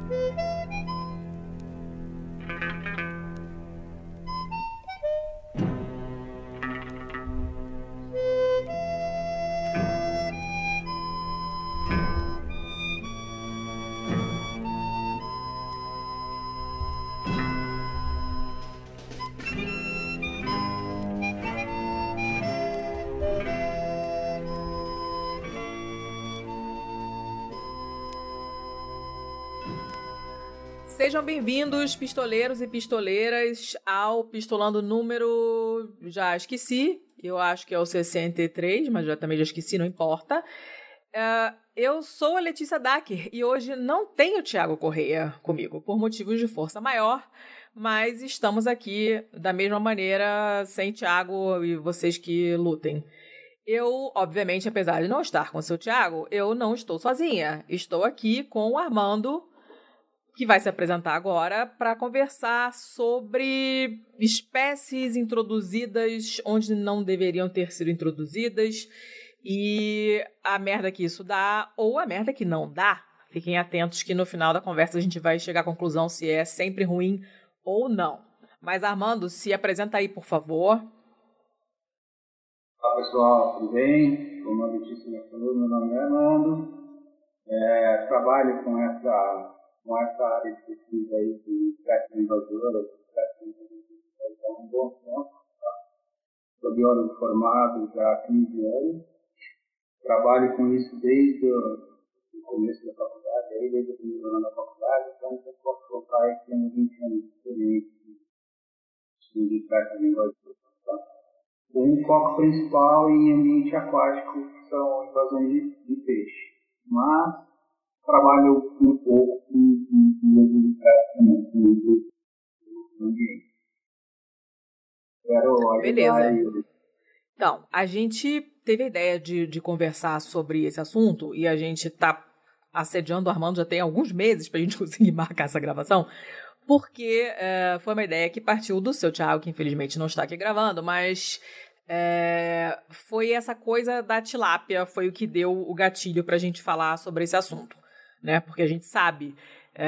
Sejam bem-vindos, pistoleiros e pistoleiras, ao Pistolando número... Já esqueci, eu acho que é o 63, mas também já esqueci, não importa. Eu sou a Letícia Dacker e hoje não tenho o Thiago Correia comigo, por motivos de força maior, mas estamos aqui da mesma maneira, sem Thiago e vocês que lutem. Eu, obviamente, apesar de não estar com o seu Thiago, eu não estou sozinha. Estou aqui com o Armando, que vai se apresentar agora, para conversar sobre espécies introduzidas onde não deveriam ter sido introduzidas e a merda que isso dá ou a merda que não dá. Fiquem atentos que no final da conversa a gente vai chegar à conclusão se é sempre ruim ou não. Mas Armando, se apresenta aí, por favor. Olá pessoal, tudo bem? Como a Letícia já falou, meu nome é Armando. Trabalho com essa área de pesquisa aí de espécies invasoras, há um bom tempo. Tá? Sou biólogo formado já há 15 anos. Trabalho com isso desde o começo da faculdade, aí desde o primeiro ano da faculdade, então eu posso colocar aí que tem 20 anos de experiência de espécies invasoras. Tá? Um foco principal em ambiente aquático, que são invasões de peixe. Mas trabalho um pouco com ambiente. Beleza. Então, a gente teve a ideia de conversar sobre esse assunto e a gente está assediando o Armando já tem alguns meses para a gente conseguir marcar essa gravação, porque foi uma ideia que partiu do seu Thiago, que infelizmente não está aqui gravando, mas foi essa coisa da tilápia, foi o que deu o gatilho para a gente falar sobre esse assunto, né? Porque a gente sabe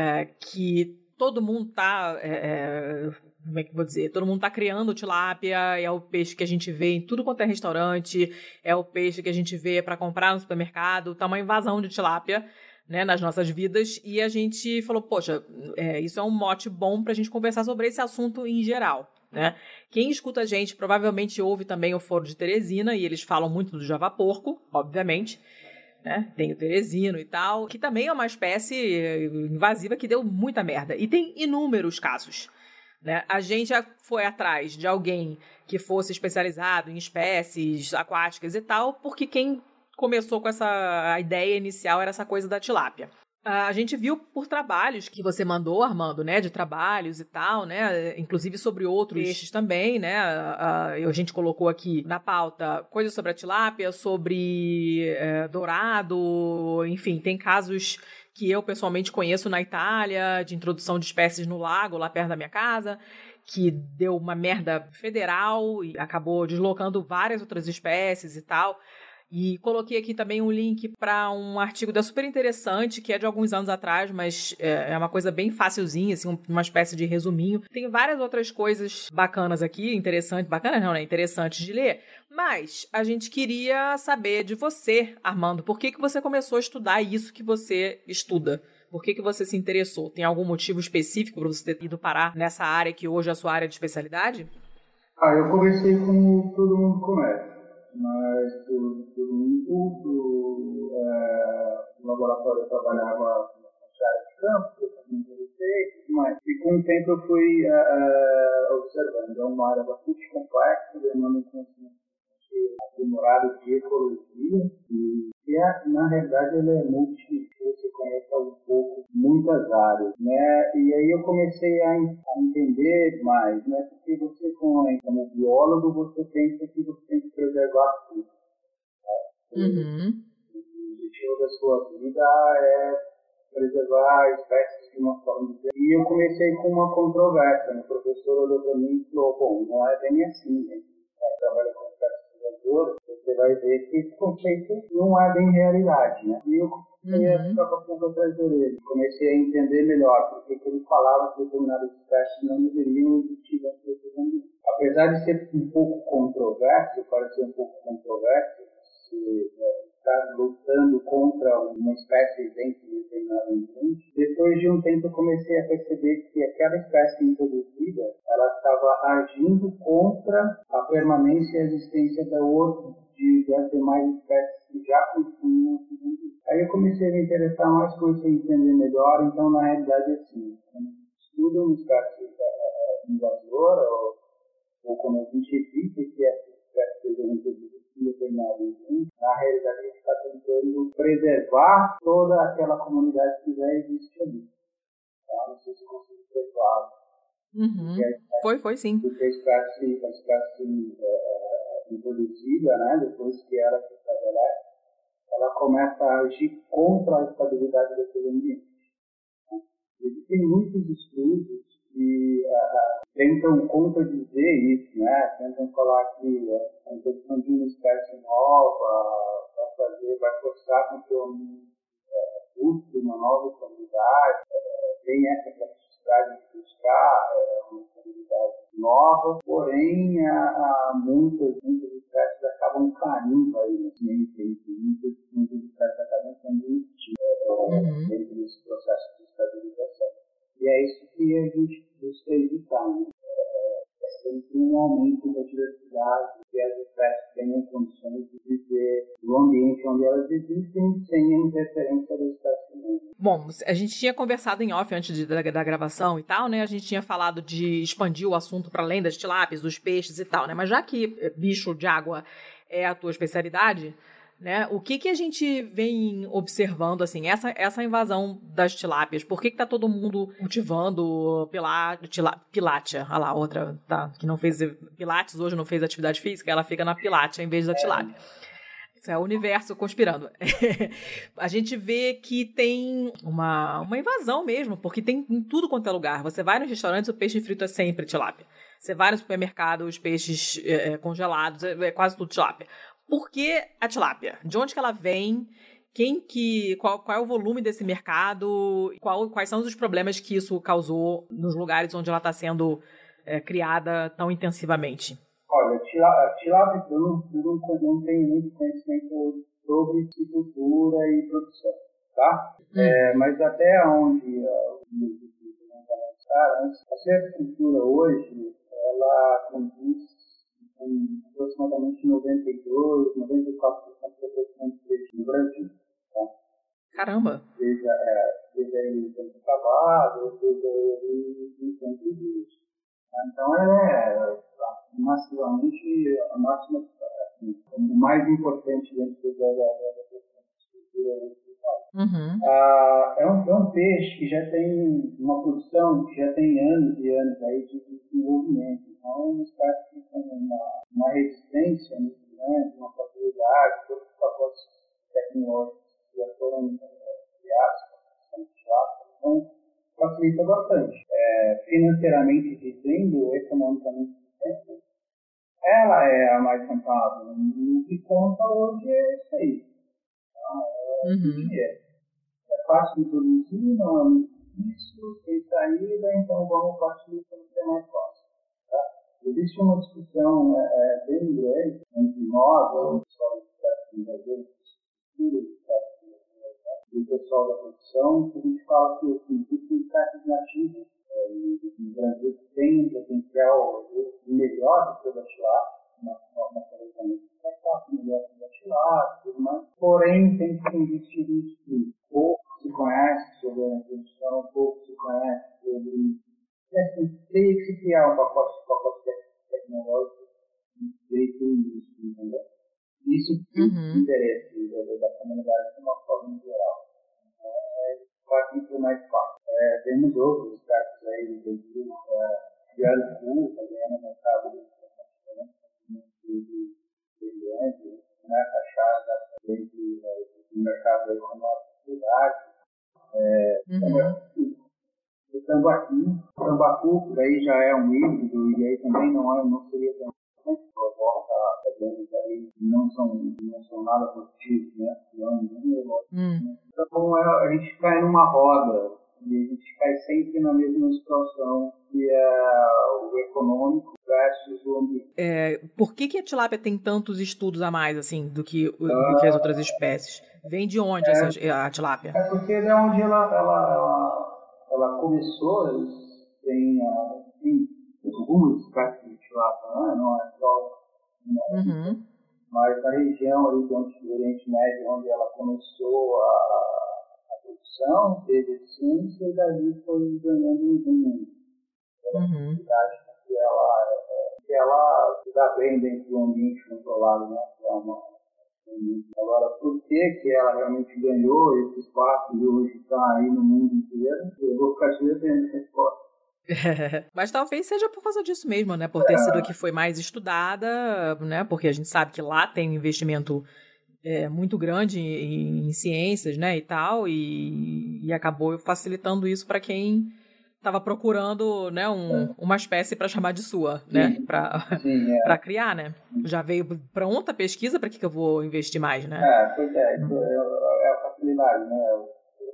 que todo mundo está... como é que eu vou dizer? Todo mundo tá criando tilápia, é o peixe que a gente vê em tudo quanto é restaurante, é o peixe que a gente vê para comprar no supermercado, tá uma invasão de tilápia, né, nas nossas vidas, e a gente falou, poxa, isso é um mote bom pra gente conversar sobre esse assunto em geral, né? Quem escuta a gente provavelmente ouve também o Foro de Teresina, e eles falam muito do javaporco, obviamente, né? Tem o teresino e tal, que também é uma espécie invasiva que deu muita merda, e tem inúmeros casos. Né? A gente já foi atrás de alguém que fosse especializado em espécies aquáticas e tal, porque quem começou com a ideia inicial era essa coisa da tilápia. A gente viu por trabalhos que você mandou, Armando, né, de trabalhos e tal, né, inclusive sobre outros peixes também, né, a gente colocou aqui na pauta coisas sobre a tilápia, sobre dourado, enfim, tem casos que eu pessoalmente conheço na Itália, de introdução de espécies no lago, lá perto da minha casa, que deu uma merda federal e acabou deslocando várias outras espécies e tal. E coloquei aqui também um link para um artigo da super interessante, que é de alguns anos atrás, mas é uma coisa bem facilzinha, assim, uma espécie de resuminho. Tem várias outras coisas bacanas aqui, interessantes, bacanas não, né? Interessantes de ler. Mas a gente queria saber de você, Armando, por que você começou a estudar isso que você estuda? Por que você se interessou? Tem algum motivo específico para você ter ido parar nessa área que hoje é a sua área de especialidade? Eu comecei como todo mundo começa. Mas por um curso, no laboratório eu trabalhava na área de campo, eu também interessei, mas com o tempo eu fui observando. É uma área bastante complexa, demanda um conhecimento aprimorado de ecologia, e na realidade ele é você conhece um pouco muitas áreas, né? E aí eu comecei a entender mais, né? Porque você, como biólogo, você pensa que você tem que preservar tudo. Né? Uhum. O objetivo da sua vida é preservar espécies de uma forma diferente. E eu comecei com uma controvérsia. O professor olhou para mim e falou, bom, não é bem assim, né? Trabalha com espécies invasoras, você vai ver que esse conceito não é bem realidade, né? E eu Aí eu ficava com a pulga atrás da orelha. Comecei a entender melhor porque ele falava que determinadas espécies não deveriam existir nesse ambiente. Apesar de ser um pouco controverso, parecer um pouco controverso, se estar lutando contra uma espécie dentro de determinado ambiente, depois de um tempo eu comecei a perceber que aquela espécie introduzida, ela estava agindo contra a permanência e a existência das demais espécies que já consumiam esse ambiente. Aí eu comecei a me interessar mais por isso, entender melhor. Então, na realidade, assim, quando estuda uma espécie invasora, ou como a gente evita que essa espécie seja introduzida em determinado ambiente, na realidade a gente está tentando preservar toda aquela comunidade que já existe ali. Tá? Não sei se eu consigo ser claro. Foi sim. Porque a espécie introduzida, né, depois que ela se estabelece, ela começa a agir contra a estabilidade daquele ambiente. Existem muitos estudos que tentam contradizer isso, né? Tentam falar que a introdução de uma espécie nova vai forçar com que o homem busque uma nova estabilidade, tem essa capacidade de buscar uma estabilidade nova, porém muitas espécies acabam caindo aí nesse meio tempo, muitas espécies acabam sendo emitidas dentro desse processo de estabilização. E é isso que a gente busca evitar, né? Sempre um aumento da diversidade, que as espécies tenham condições de viver no ambiente onde elas existem sem a interferência da espécie humana. Bom, a gente tinha conversado em off antes da gravação e tal, né? A gente tinha falado de expandir o assunto para além das tilápias, dos peixes e tal, né? Mas já que bicho de água é a tua especialidade, né? O que a gente vem observando, assim, essa invasão das tilápias? Por que tá todo mundo cultivando pilátia? Olha lá, outra, tá, que não fez pilates hoje, não fez atividade física, ela fica na pilátia em vez da tilápia. Isso é o universo conspirando. A gente vê que tem uma invasão mesmo, porque tem em tudo quanto é lugar. Você vai nos restaurantes, o peixe frito é sempre tilápia. Você vai no supermercado, os peixes congelados, é quase tudo tilápia. Por que a tilápia? De onde que ela vem? Qual é o volume desse mercado? Quais são os problemas que isso causou nos lugares onde ela está sendo criada tão intensivamente? Olha, a tilápia, eu não tenho muito conhecimento sobre piscicultura e produção, tá? Mas até onde a silvicultura hoje, ela conduz aproximadamente 92%, 94% da produção de peixe no Brasil. Tá? Caramba! Seja ele em tempo acabado, seja ele em tempo de uso. Então, massivamente, a máxima, assim, o mais importante dentro da estrutura vegetal. É um peixe que já tem uma produção, que já tem anos e anos aí de desenvolvimento. Então, é uma espécie que tem uma resistência muito grande, uma facilidade, todos os pacotes tecnológicos que já foram criados para a então facilita bastante. Financeiramente dizendo, economicamente dizendo, ela é a mais rentável. O que conta hoje é isso aí. É fácil de produzir, não é muito difícil, tem saída, então vamos partir para o que é mais fácil. Tá? Existe uma discussão bem grande entre nós, o pessoal do pessoal da produção, que a gente fala que existem espécies nativas no Brasil que têm um potencial melhor do que o da tilápia, uma coleção melhor do que a tilápia, porém tem que investir em estudo. Pouco se conhece sobre a produção, pouco se conhece sobre... Tem que se criar um pacote tecnológico feito isso, entendeu? Isso tem interesse da comunidade de uma forma geral. Faz muito mais fácil. Temos outros casos aí, Pirarucu, também no mercado de brilhante, né, cachaça dentro do mercado econômico da cidade. O tambacu, daí já é um híbrido, e aí também não seria tão importante por volta da anos aí não são nada positivos, né? Então a gente cai numa roda e a gente cai sempre na mesma situação, que é o econômico versus o ambiente. Por que a tilápia tem tantos estudos a mais, assim, do que as outras espécies? Vem de onde a tilápia? É porque de onde ela começou, eles têm algumas espécies de tilápia, né? Não é só mas na região ali do Oriente Médio, onde ela começou a produção, teve ciência e daí foi ganhando um rumo. Que ela se dá bem dentro do ambiente controlado, né? Agora, por que ela realmente ganhou esse espaço e hoje está aí no mundo inteiro? Eu vou ficar te devendo resposta. Mas talvez seja por causa disso mesmo, né? Por ter sido a que foi mais estudada, né? Porque a gente sabe que lá tem um investimento muito grande em ciências, né? E tal, e acabou facilitando isso para quem estava procurando, né? Uma espécie para chamar de sua, né? Para criar, né? Já veio pronta a pesquisa, para que eu vou investir mais, né? Pois é, é a facilidade, né?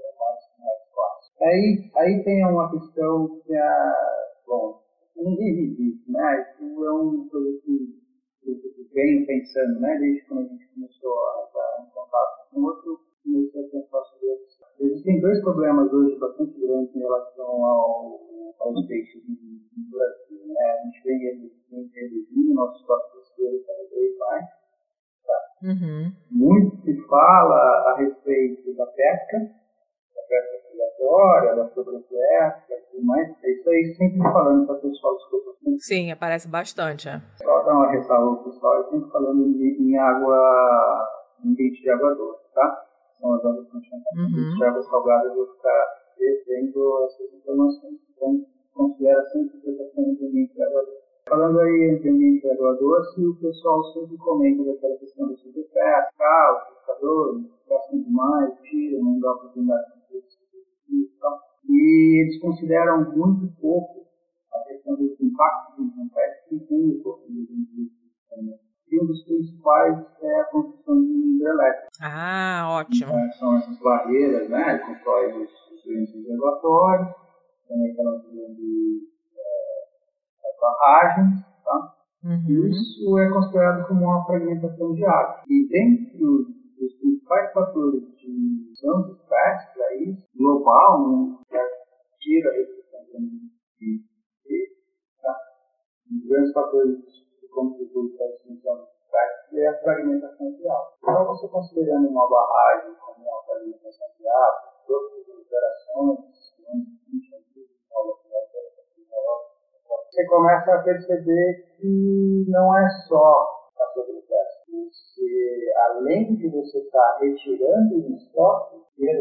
Aí tem uma questão que bom, ninguém vive isso, né? Isso é uma coisa que eu venho pensando, né? Desde quando a gente começou a entrar em contato com o outro, comecei a pensar sobre isso. Existem dois problemas hoje bastante grandes em relação aos peixes no Brasil, né? A gente vem reduzindo nossos estoques brasileiros cada vez mais. Tá? Muito se fala a respeito da pesca predatória, da sobrepesca e tudo mais. É isso aí, sempre falando para o pessoal, desculpa. Sim, aparece bastante. Só dar uma ressalva pro pessoal, eu sempre falando em água, em ambiente de água doce, tá? São as águas continentais. De água salgada, eu vou ficar devendo essas informações. Então, considera sempre que está sendo de ambiente de água doce. Falando aí de ambiente de água doce, o pessoal sempre comenta daquela questão da sobrepesca, os pescadores, pescam demais, tiram, não dá oportunidade de e eles consideram muito pouco a questão dos impactos ambientais que tem o corpo do sistema. E um dos principais é a construção de hidrelétricas. Ótimo. São essas barreiras, né? Que constroem os grandes reservatórios, tem aquela questão de barragens, tá? Isso é considerado como uma fragmentação de água. E dentro dos principais fatores de redução de espécies para isso, global, né, que tira a redução de tá? Um grandes fatores que contribuem para a extinção de espécies é a fragmentação de água. Então, você considerando uma barragem como uma fragmentação de água, outras operações, você começa a perceber que não é só a sobrepesca. Além de você estar retirando o estoque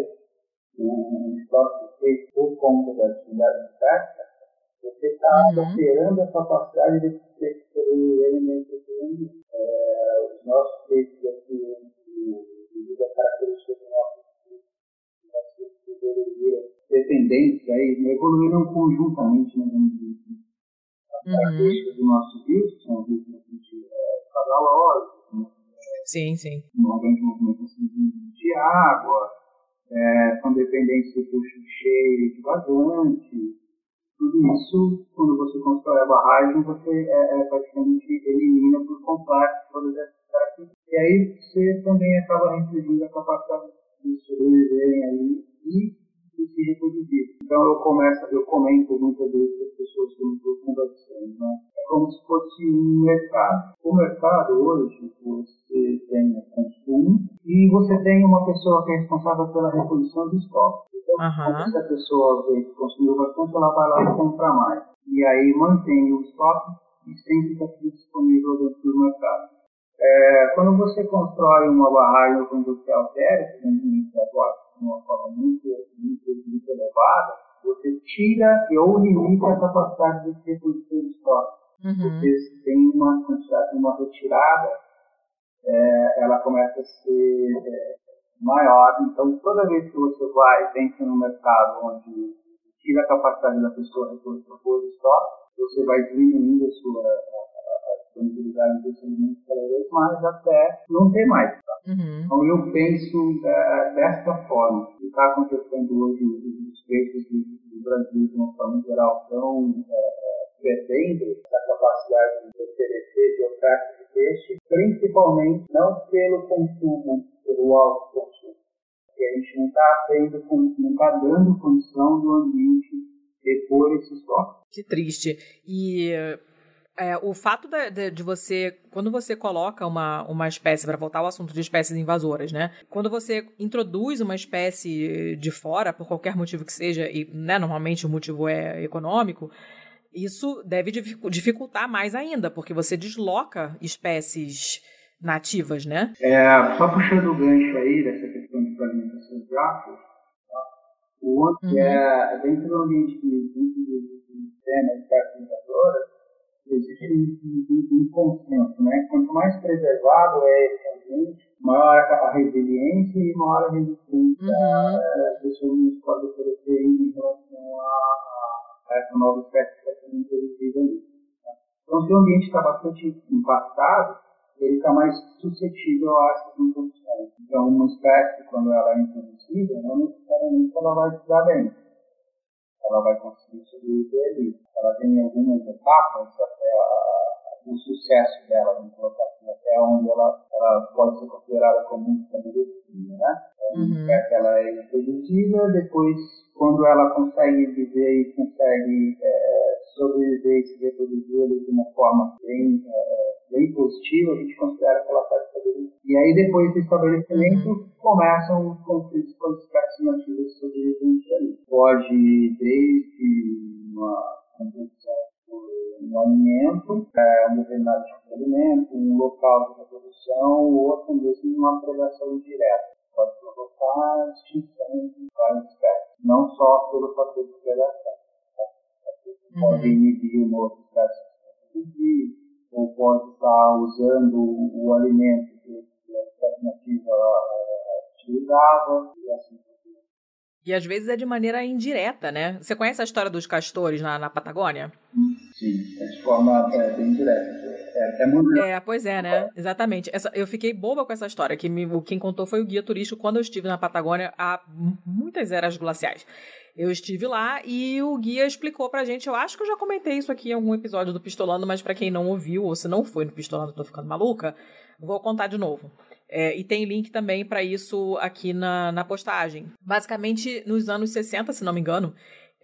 feito por conta da atividade de pesca, você está alterando a capacidade de ter elementos de os nossos peixes aqui, devido à característica do nosso fisiologia dependentes, evoluíram conjuntamente, né, as características do nosso rio, que são rios bastante caudalosos, sim. Uma grande movimentação de água, são dependentes do fluxo de cheio e de vazante. Tudo isso, quando você constrói a barragem, você praticamente elimina por completo todas essas características. E aí você também acaba reduzindo a capacidade de sobreviverem ali e se reproduzir. Então eu comento muitas vezes com as pessoas que eu estou conversando, né? É como se fosse um mercado. O mercado hoje, você tem o consumo e você tem uma pessoa que é responsável pela reposição do estoque. Então, se a pessoa vê que consumiu bastante, ela vai lá e compra mais. E aí mantém o estoque e sempre está disponível dentro do mercado. Quando você constrói uma barragem ou quando você altera esse ambiente de uma forma muito elevada, você tira ou limita a capacidade de reprodução de estoque. Porque se tem uma quantidade, uma retirada, ela começa a ser maior. Então, toda vez que você vai dentro no mercado onde tira a capacidade da pessoa reproduzir o estoque, você vai diminuindo as disponibilidade desse alimento cada vez mais até não ter mais. Tá? Então eu penso desta forma. O que está acontecendo hoje, os peixes do Brasil, de uma forma geral, estão perdendo essa capacidade de oferecer, de oferta de peixe, principalmente não pelo consumo, pelo alto consumo. Porque a gente não está dando condição do ambiente repor esse estoque. Que triste. E o fato de você, quando você coloca uma espécie, para voltar ao assunto de espécies invasoras, né? Quando você introduz uma espécie de fora, por qualquer motivo que seja, e né, normalmente o motivo é econômico, isso deve dificultar mais ainda, porque você desloca espécies nativas, né? Só puxando o gancho aí dessa questão de fragmentação de ácidos, o outro dentro do ambiente de sistema de espécies invasoras, existe um consenso, né? Quanto mais preservado é esse ambiente, maior a resiliência e maior a resistência que os organismos podem oferecer em relação a essa nova espécie que está sendo introduzida ali. Então, se o ambiente está bastante impactado, ele está mais suscetível a essas introduções. Então, uma espécie, quando ela é introduzida, não necessariamente ela vai se dar bem. Ela vai conseguir sobreviver ali. Ela tem algumas etapas até o sucesso dela, vamos colocar assim, até onde ela pode ser considerada como um estabelecida, né? Ela é introduzida, depois, quando ela consegue viver e consegue sobreviver e se reproduzir de uma forma bem positiva, a gente considera que ela está estabelecida. E aí, depois do estabelecimento, começam os conflitos com as espécies nativas sobreviventes ali. Pode, desde uma competição por um alimento, um determinado tipo de alimento, um local de reprodução, ou outro mesmo uma predação direta. Pode provocar extinção de várias espécies, não só pelo fator de predação. Pode inibir uma outra espécie, ou pode estar usando o alimento que a espécie nativa utilizava, e assim por diante. E às vezes é de maneira indireta, né? Você conhece a história dos castores na Patagônia? Sim, é de forma bem direta. Pois é, né? Exatamente. Eu fiquei boba com essa história, quem contou foi o guia turístico quando eu estive na Patagônia há muitas eras glaciais. Eu estive lá e o guia explicou pra gente, eu acho que eu já comentei isso aqui em algum episódio do Pistolando, mas pra quem não ouviu, ou se não foi no Pistolando, tô ficando maluca, vou contar de novo. E tem link também pra isso aqui na postagem. Basicamente, nos anos 60, se não me engano,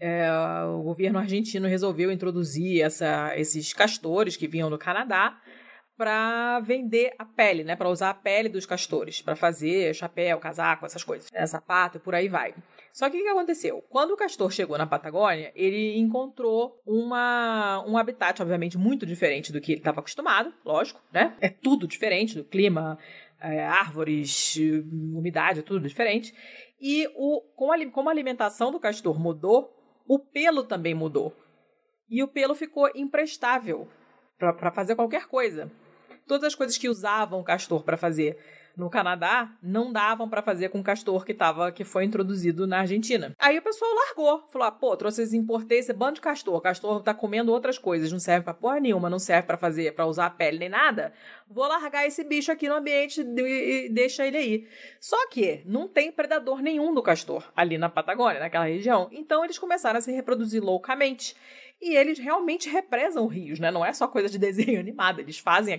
o governo argentino resolveu introduzir esses castores que vinham do Canadá para vender a pele, né? Para usar a pele dos castores, para fazer chapéu, casaco, essas coisas, sapato e por aí vai. Só que o que aconteceu? Quando o castor chegou na Patagônia, ele encontrou um habitat, obviamente, muito diferente do que ele estava acostumado, lógico, né? É tudo diferente do clima, árvores, umidade, tudo diferente. E como a alimentação do castor mudou, o pelo também mudou. E o pelo ficou imprestável para fazer qualquer coisa. Todas as coisas que usavam o castor para fazer no Canadá não davam para fazer com o castor que foi introduzido na Argentina. Aí o pessoal largou, falou, trouxe importei esse bando de castor. O castor tá comendo outras coisas, não serve pra porra nenhuma, não serve para usar a pele nem nada. Vou largar esse bicho aqui no ambiente e deixa ele aí. Só que não tem predador nenhum do castor ali na Patagônia, naquela região. Então eles começaram a se reproduzir loucamente. E eles realmente represam rios, né? Não é só coisa de desenho animado. Eles fazem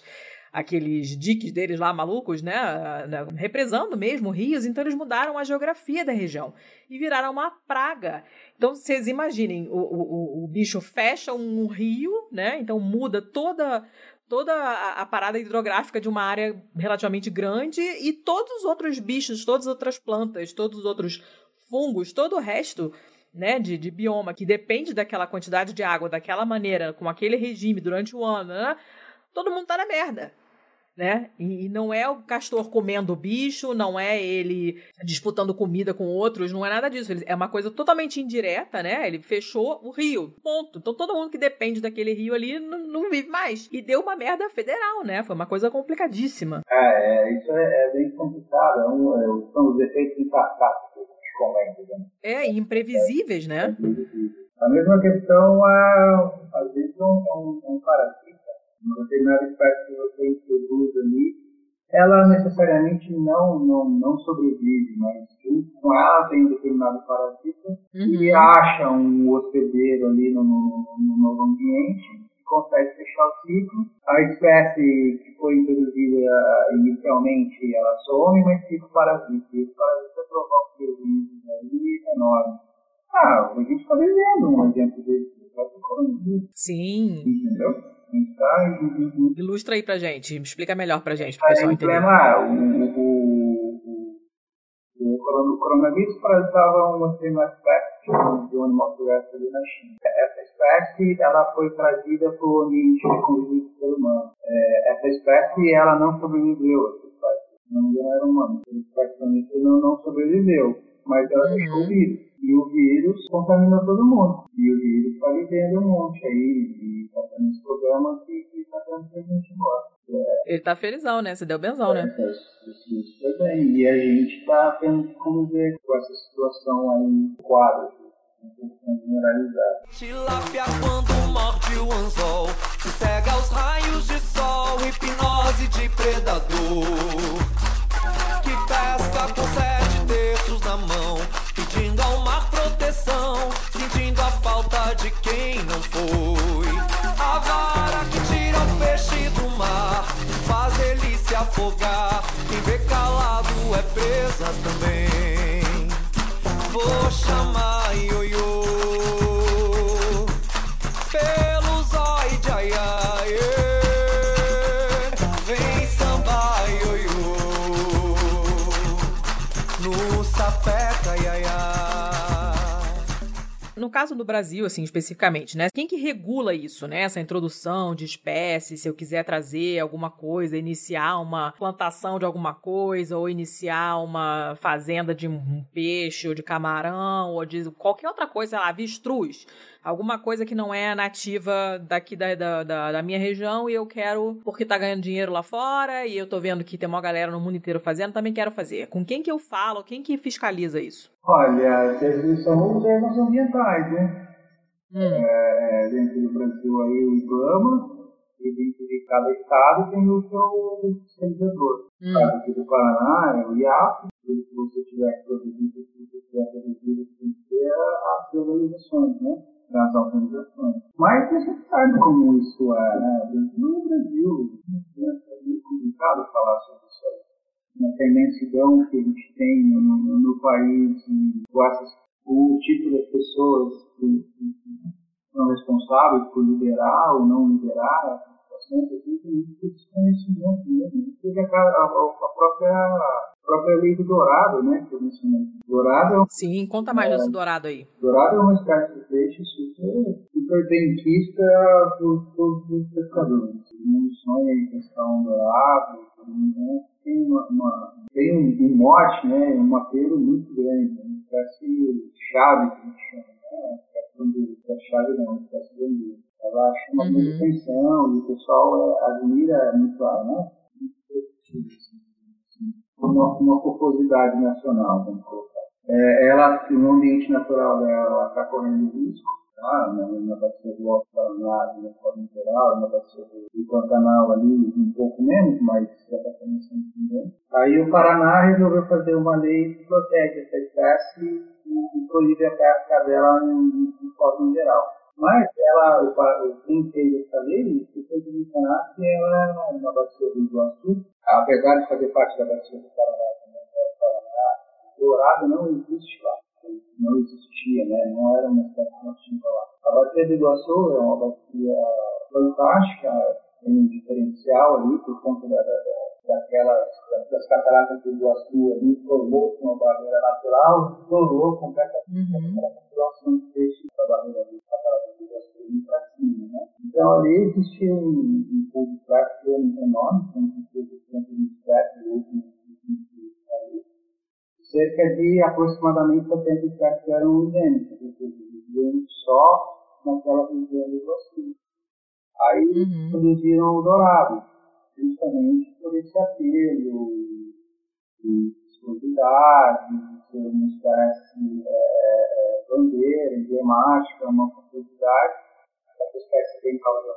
aqueles diques deles lá malucos, né? Represando mesmo rios. Então eles mudaram a geografia da região e viraram uma praga. Então vocês imaginem, o bicho fecha um rio, né? Então muda toda a parada hidrográfica de uma área relativamente grande e todos os outros bichos, todas as outras plantas, todos os outros fungos, todo o resto, né, de bioma que depende daquela quantidade de água, daquela maneira, com aquele regime durante o ano, né, todo mundo tá na merda, né? E não é o castor comendo o bicho, não é ele disputando comida com outros, não é nada disso. É uma coisa totalmente indireta, né? Ele fechou o rio, ponto. Então todo mundo que depende daquele rio ali não vive mais. E deu uma merda federal, né? Foi uma coisa complicadíssima. Isso é bem complicado. São os efeitos de cascata que a gente comenta, né? Imprevisíveis, né? A mesma questão, às vezes, um parasita Uma determinada espécie que você introduz ali, ela necessariamente não sobrevive, mas junto com ela tem um determinado parasita e acha um hospedeiro ali no novo ambiente, consegue fechar o ciclo. A espécie que foi introduzida inicialmente, ela some, mas fica o parasita. E esse parasita provoca prejuízos aí enormes. A gente está vivendo um exemplo desse próprio coronavírus. Sim. Entendeu? Ilustra aí pra gente, explica melhor pra gente, pro pessoal entender. O coronavírus parasitava uma espécie de um animal silvestre ali na China. Essa espécie ela foi trazida para o ambiente de convívio do ser humano. Essa espécie ela não sobreviveu. Essa espécie não era humana. Essa espécie não sobreviveu, mas ela deixou o vírus. E o vírus contaminou todo mundo. E o vírus está vivendo um monte aí, e está tendo esse programa que está dando pra gente embora. Ele tá felizão, né? Você deu benzão, né? Isso bem. E a gente está tendo que conviver com essa situação aí, quadro, generalizado. Tilápia quando morde o anzol, se cega aos raios de sol, hipnose de predador, que pesca com 7 terços na mão, pedindo ao mar proteção, sentindo a falta de quem não foi. A vara que tira o peixe do mar, faz ele se afogar, quem vê calado é presa também. Vou chamar ioiô pelo zói de aiá, vem sambar ioiô no sapeca iaiá. No caso do Brasil, assim, especificamente, né? Quem que regula isso, né? Essa introdução de espécies, se eu quiser trazer alguma coisa, iniciar uma plantação de alguma coisa, ou iniciar uma fazenda de um peixe, ou de camarão, ou de qualquer outra coisa, sei lá, avestruz. Alguma coisa que não é nativa daqui da minha região e eu quero, porque tá ganhando dinheiro lá fora e eu tô vendo que tem uma galera no mundo inteiro fazendo, também quero fazer. Com quem que eu falo? Quem que fiscaliza isso? Olha, são os órgãos ambientais, né? Dentro do Brasil aí o IBAMA, e dentro de cada estado tem o seu fiscalizador. Aqui do Paraná é o IAP, se você tiver produzido, tem que ter as legalizações, né? Das autorizações. Mas a gente sabe como isso é, né? No Brasil, é muito complicado falar sobre isso aí. Essa imensidão que a gente tem no país, o tipo de pessoas que são responsáveis por liderar ou não liderar a situação, tem muito desconhecimento mesmo. Teve a própria lei do dourado, né? Que eu mencionei. Dourado Sim, conta mais desse dourado aí. Dourado é uma espécie de peixe super benquista por todos os pescadores. Todo mundo sonha em pescar um dourado, tem um mote, né? Um apelo muito grande, uma espécie de chave que a gente chama. A chave não, uma espécie de anguila. Ela chama muita atenção e o pessoal admira muito ela, né? Uma populosidade nacional, vamos colocar. Ela, no ambiente natural dela, está correndo risco, tá? Na bacia do Alto Paraná, de forma geral, na bacia do Pantanal ali, um pouco menos, mas já está começando também. Aí o Paraná resolveu fazer uma lei que protege essa espécie e proíbe a pesca dela de forma geral. Mas quem fez essa lei, foi de mencionar que ela é uma bacia do Iguaçu, apesar de fazer parte da bacia do Paraná, Dourado não existe lá, não existia, né? Não era uma espécie nativa lá. A bacia do Iguaçu é uma bacia fantástica, tem um diferencial ali por conta das cataratas do Iguaçu ali, formou uma barreira natural, estourou completamente a população de peixe da barreira das cataratas do Iguaçu e para cima, né? Então ali existia um pool de prática enorme, com um espécies últimos ali. Cerca de aproximadamente 70 espécies eram endêmicas, viviam só naquela região do Iguaçu. Aí produziram o dourado, justamente por esse apelo de exclusividade, de ser uma espécie bandeira, emblemática, uma possibilidade. Essa espécie tem causado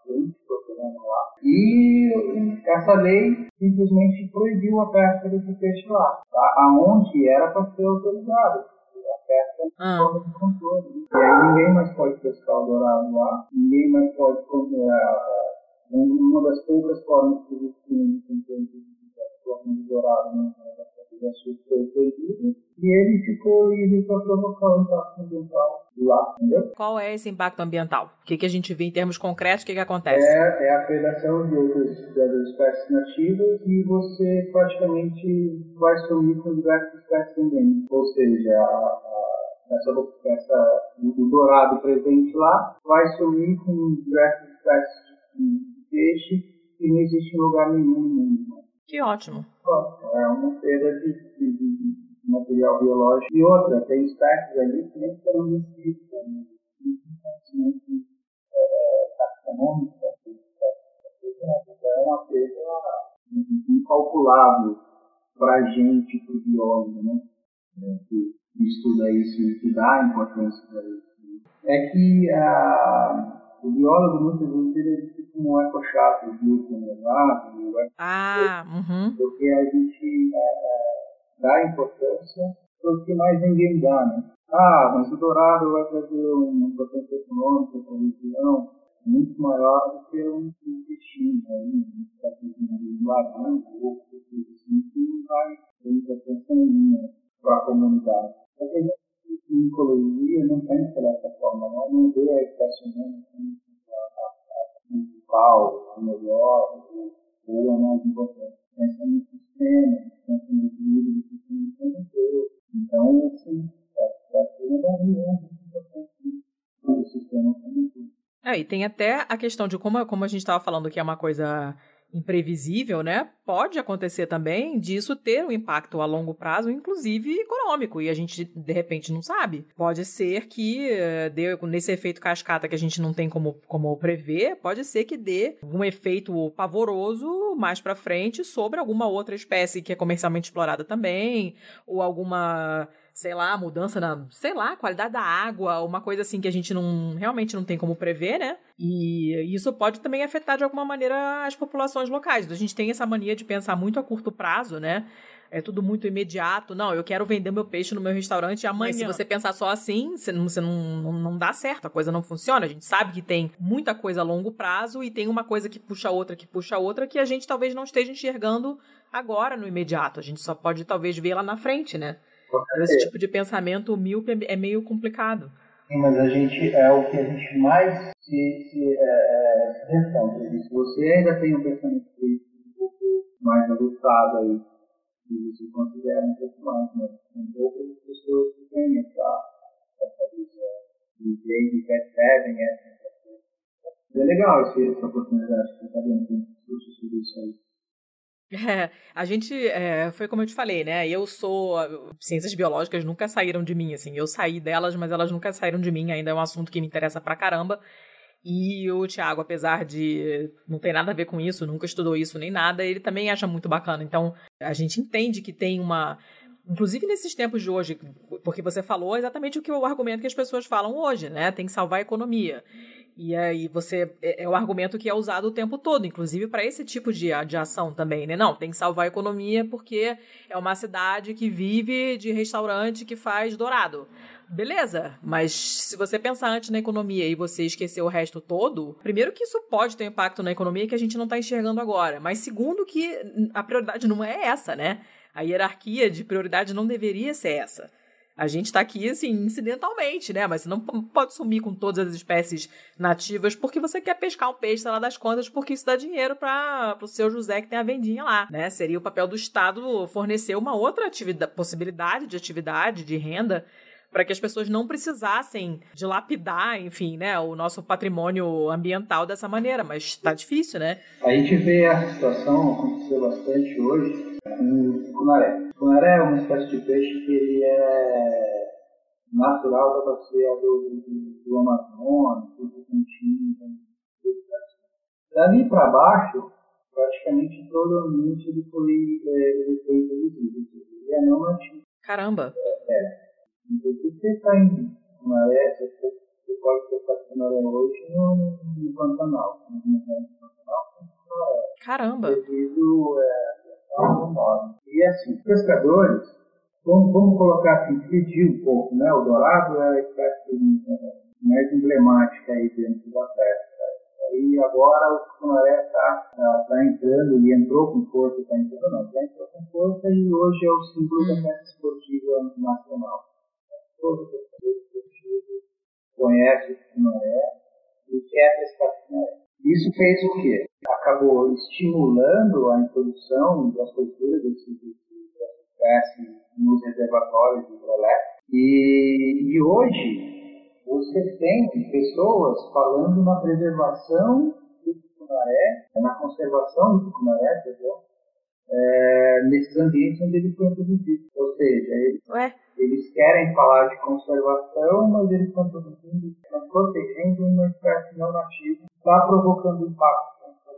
lá. E essa lei simplesmente proibiu a pesca desse peixe lá, tá? Aonde era para ser autorizado. A pesca fora do controle. E aí ninguém mais pode pescar o dourado lá, ninguém mais pode comer uma das poucas formas que existem de dourado na foi proibido, e ele ficou livre para provocar o impacto ambiental lá, entendeu? Qual é esse impacto ambiental? O que a gente vê em termos concretos? O que acontece? É a predação de outras espécies nativas e você praticamente vai sumir com diversas espécies endêmicas. Ou seja, o dourado presente lá vai sumir com diversas espécies de peixe que não existe em lugar nenhum no mundo. Que ótimo. É uma perda de material biológico. E outra, tem espécies ali que nem serão descritas, taxonômicas, é uma perda incalculável para a gente, para o biólogo, né? Que estuda isso e que dá importância para isso. É que o biólogo muitas vezes ele fica como um ecochato, porque a gente dá importância para que mais ninguém dá, né? Mas o dourado vai trazer uma importância econômica para a região muito maior do que um peixinho, um laranja, ou coisa assim, que não vai ter importância nenhuma para a comunidade. Porque a gente, em ecologia, não pensa dessa forma, não vê a espécie humana como a principal, a melhor, ou a mais importante. Pensa no sistema, pensa no equilíbrio do sistema inteiro. Então, assim, é uma das muito importantes do sistema como todo. E tem até a questão de como a gente estava falando que é uma coisa imprevisível, né? Pode acontecer também disso ter um impacto a longo prazo, inclusive econômico, e a gente, de repente, não sabe. Pode ser que dê, nesse efeito cascata que a gente não tem como prever, pode ser que dê um efeito pavoroso mais pra frente sobre alguma outra espécie que é comercialmente explorada também, ou alguma, sei lá, mudança na, qualidade da água, uma coisa assim que a gente realmente não tem como prever, né? E isso pode também afetar de alguma maneira as populações locais. A gente tem essa mania de pensar muito a curto prazo, né? É tudo muito imediato. Não, eu quero vender meu peixe no meu restaurante amanhã. Mas se você pensar só assim, você não dá certo, a coisa não funciona. A gente sabe que tem muita coisa a longo prazo e tem uma coisa que puxa a outra que a gente talvez não esteja enxergando agora no imediato. A gente só pode talvez ver lá na frente, né? Esse tipo de pensamento míope é meio complicado. Sim, mas a gente é o que a gente mais se responde. Se você ainda tem um pensamento crítico um pouco mais adotado aí, e você considera um pouco mais, mas tem poucas pessoas que têm essa visão de percebem essa. É legal essa oportunidade que você está dando de discutir sobre isso aí. A gente, foi como eu te falei, né, ciências biológicas nunca saíram de mim, assim, eu saí delas, mas elas nunca saíram de mim, ainda é um assunto que me interessa pra caramba, e o Thiago, apesar de não ter nada a ver com isso, nunca estudou isso nem nada, ele também acha muito bacana, então a gente entende que tem inclusive nesses tempos de hoje, porque você falou exatamente o argumento que as pessoas falam hoje, né, tem que salvar a economia. E aí é o argumento que é usado o tempo todo, inclusive para esse tipo de ação também, né? Não, tem que salvar a economia porque é uma cidade que vive de restaurante que faz dourado. Beleza, mas se você pensar antes na economia e você esquecer o resto todo, primeiro que isso pode ter impacto na economia que a gente não está enxergando agora, mas segundo que a prioridade não é essa, né? A hierarquia de prioridade não deveria ser essa. A gente está aqui, assim, incidentalmente, né? Mas você não pode sumir com todas as espécies nativas porque você quer pescar um peixe, sei lá das contas, porque isso dá dinheiro para o seu José que tem a vendinha lá, né? Seria o papel do Estado fornecer uma outra possibilidade de atividade, de renda, para que as pessoas não precisassem dilapidar, enfim, né, o nosso patrimônio ambiental dessa maneira. Mas está difícil, né? A gente vê essa situação acontecer bastante hoje com cunaré. O cunaré é uma espécie de peixe que ele é natural da bacia do Amazonas, do Tocantins. Dali para baixo, praticamente todo o ambiente ele foi introduzido. Ele é não nativo. Caramba! Então, se você está em cunaré, você pode ter Tucunaré hoje no Pantanal. Caramba! Devido ao nome. E assim, pescadores, vamos colocar assim, dividir um pouco, né? O dourado é a espécie mais emblemática aí dentro da pesca. E agora o tucunaré está entrando, e entrou com força, já entrou com força e hoje é o símbolo da pesca esportiva nacional. Todo pescador esportivo conhece o tucunaré e quer pescar tucunaré. Isso fez o quê? Acabou estimulando a introdução das culturas dessa espécie nos reservatórios hidroelétricos. E hoje você tem pessoas falando na preservação do tucunaré, na conservação do tucunaré, nesses ambientes onde ele foi introduzido. Ou seja, eles querem falar de conservação, mas eles estão protegendo uma espécie não nativa, está provocando impacto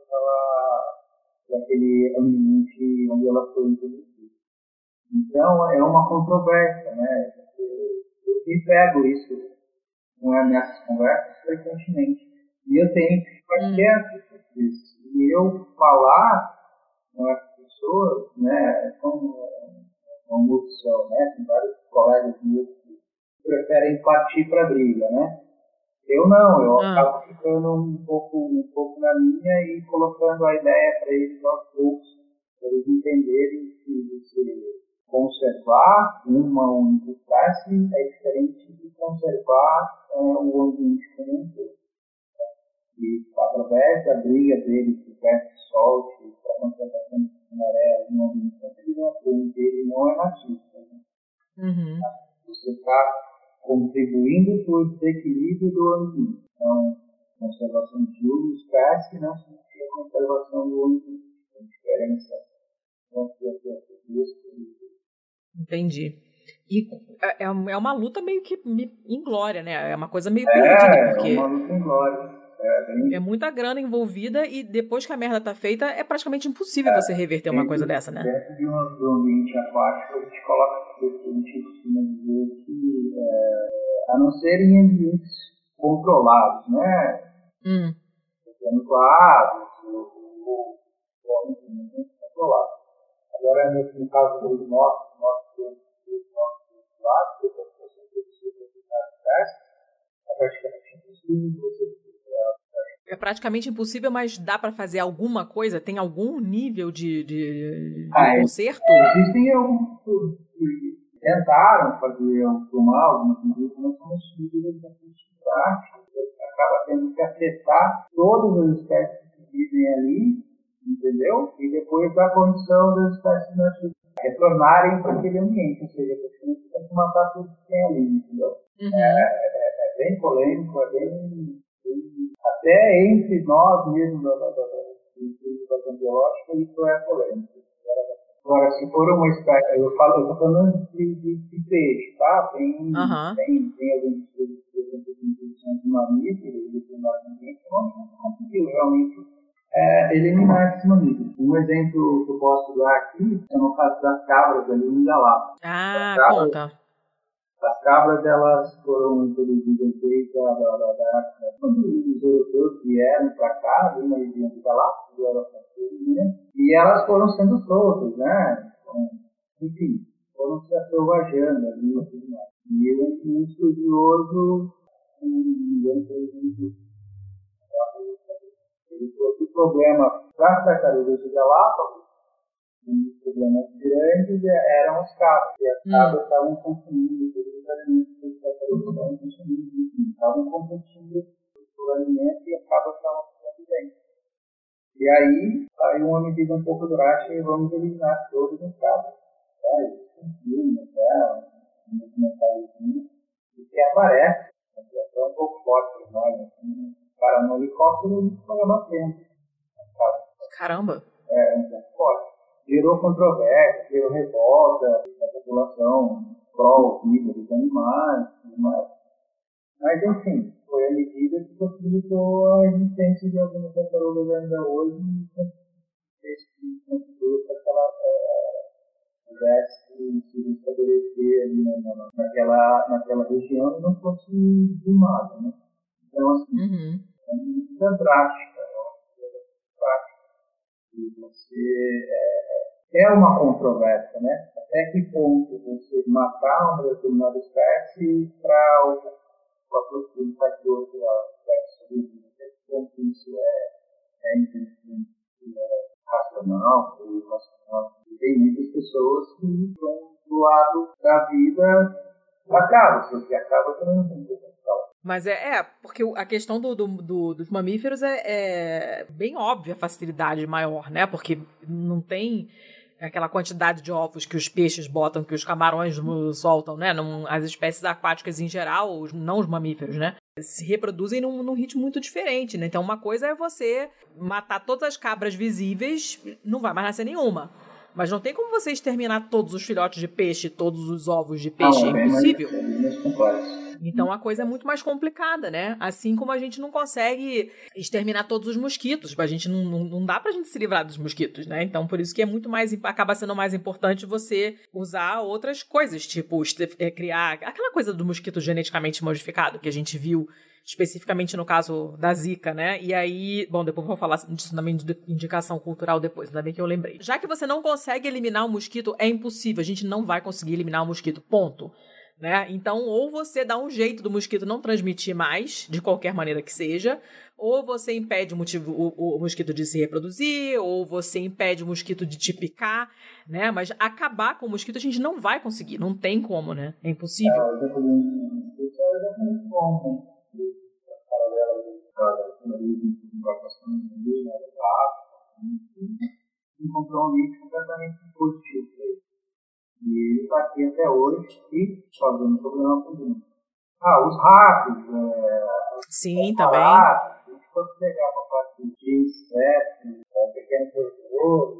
naquele ambiente onde ela foi introduzida. Então, é uma controvérsia, né? Eu pego isso nessas conversas frequentemente. E eu tenho que ficar quieto disso. E eu falar com as pessoas, né, como opção, né? Tem vários colegas meus que preferem partir para a briga, né? Eu não, eu acabo ficando um pouco na minha e colocando a ideia para eles aos poucos, para eles entenderem que você conservar uma única espécie é diferente de conservar o ambiente como um todo. E através da briga deles por pesca e solte, a conservação do tucunaré no ambiente ele não é nativo. Né? Você está contribuindo para o desequilíbrio do ambiente. Então, conservação de uma espécie não significa conservação do ambiente. Tem diferença entre as duas coisas. Entendi. E é uma luta meio que inglória, né? É uma coisa meio perdida, porque... É uma luta inglória. É muita grana envolvida e depois que a merda tá feita, é praticamente impossível você reverter uma coisa dessa, né? Dentro de um ambiente aquático, a gente coloca, a gente costuma dizer que, a não ser em ambientes controlados, né? Controlados, ou ambientes controlados. Agora, no caso do nosso lado, que é praticamente impossível você. É praticamente impossível, mas dá para fazer alguma coisa? Tem algum nível de conserto? Existem alguns que tentaram fazer algumas medidas, mas são medidas bastante práticas. Acaba tendo que afetar todas as espécies que vivem ali, entendeu? E depois dar condição das espécies nativas retornarem para aquele ambiente. Ou seja, você tem que matar tudo que tem ali, entendeu? É bem polêmico, é bem... Até entre nós mesmos da biológica, isso é polêmico. Agora, se for uma espécie, eu estou falando de peixe, tá? Tem alguns estudos de introdução de mamíferos e de ambiente que não conseguiu realmente eliminar esses mamíferos. Um exemplo que eu posso dar aqui é no caso das cabras ali em Galápagos. Conta. As cabras, elas foram introduzidas desde quando os europeus vieram para cá, na região de Galápagos, e elas foram sendo soltas, né? Então, enfim, foram se selvagando ali e tudo mais. E um estudioso, ele trouxe o problema para as tartarugas de Galápagos. Um dos problemas grandes eram os cabras, e as cabras estavam consumindo todos os alimentos que os tartarugas estavam consumindo, estavam competindo por alimento e as cabras estavam ficando bem. E aí saiu uma medida um pouco drástica e vamos eliminar todos os cabras. Isso é um filme, um documentáriozinho, e que aparece, é um pouco forte, assim, para no helicóptero e foi abatendo. Caramba! É um pouco forte. Gerou controvérsia, gerou revolta da população pró-vida dos animais, mas enfim, foi a medida que possibilitou a existência de algumas tartarugas ainda hoje e fez que contribuiu para que ela pudesse se estabelecer ali naquela região e não fosse filmada, né? Então, assim, é muito drástica, e você é uma controvérsia, né? Até que ponto você matar uma determinada espécie para o produzir de outra espécie? Até que ponto isso é inteligente, racional ou irracional? E tem muitas pessoas que estão do lado da vida acaba, porque acaba também não tem potencial. Mas porque a questão dos mamíferos é bem óbvia a facilidade maior, né? Porque não tem aquela quantidade de ovos que os peixes botam, que os camarões soltam, né? As espécies aquáticas em geral, não os mamíferos, né? Se reproduzem num ritmo muito diferente, né? Então uma coisa é você matar todas as cabras visíveis, não vai mais nascer nenhuma. Mas não tem como você exterminar todos os filhotes de peixe, todos os ovos de peixe, é impossível. É mais complexo. Então a coisa é muito mais complicada, né? Assim como a gente não consegue exterminar todos os mosquitos. A gente não dá pra gente se livrar dos mosquitos, né? Então por isso que acaba sendo mais importante você usar outras coisas, tipo criar aquela coisa do mosquito geneticamente modificado que a gente viu especificamente no caso da Zika, né? E aí, bom, depois eu vou falar disso na minha indicação cultural depois, ainda bem que eu lembrei. Já que você não consegue eliminar o mosquito, é impossível, a gente não vai conseguir eliminar o mosquito, ponto. Né? Então, ou você dá um jeito do mosquito não transmitir mais, de qualquer maneira que seja, ou você impede o mosquito de se reproduzir, ou você impede o mosquito de te picar, né? Mas acabar com o mosquito a gente não vai conseguir, não tem como, né? É impossível. Isso é exatamente bom, né? Encontrou um link completamente positivo para ele. E ele está aqui até hoje e só dando problema com ele. Os ratos. Sim, também. Se a gente fosse pegar para a parte de insetos, pequenos roedores,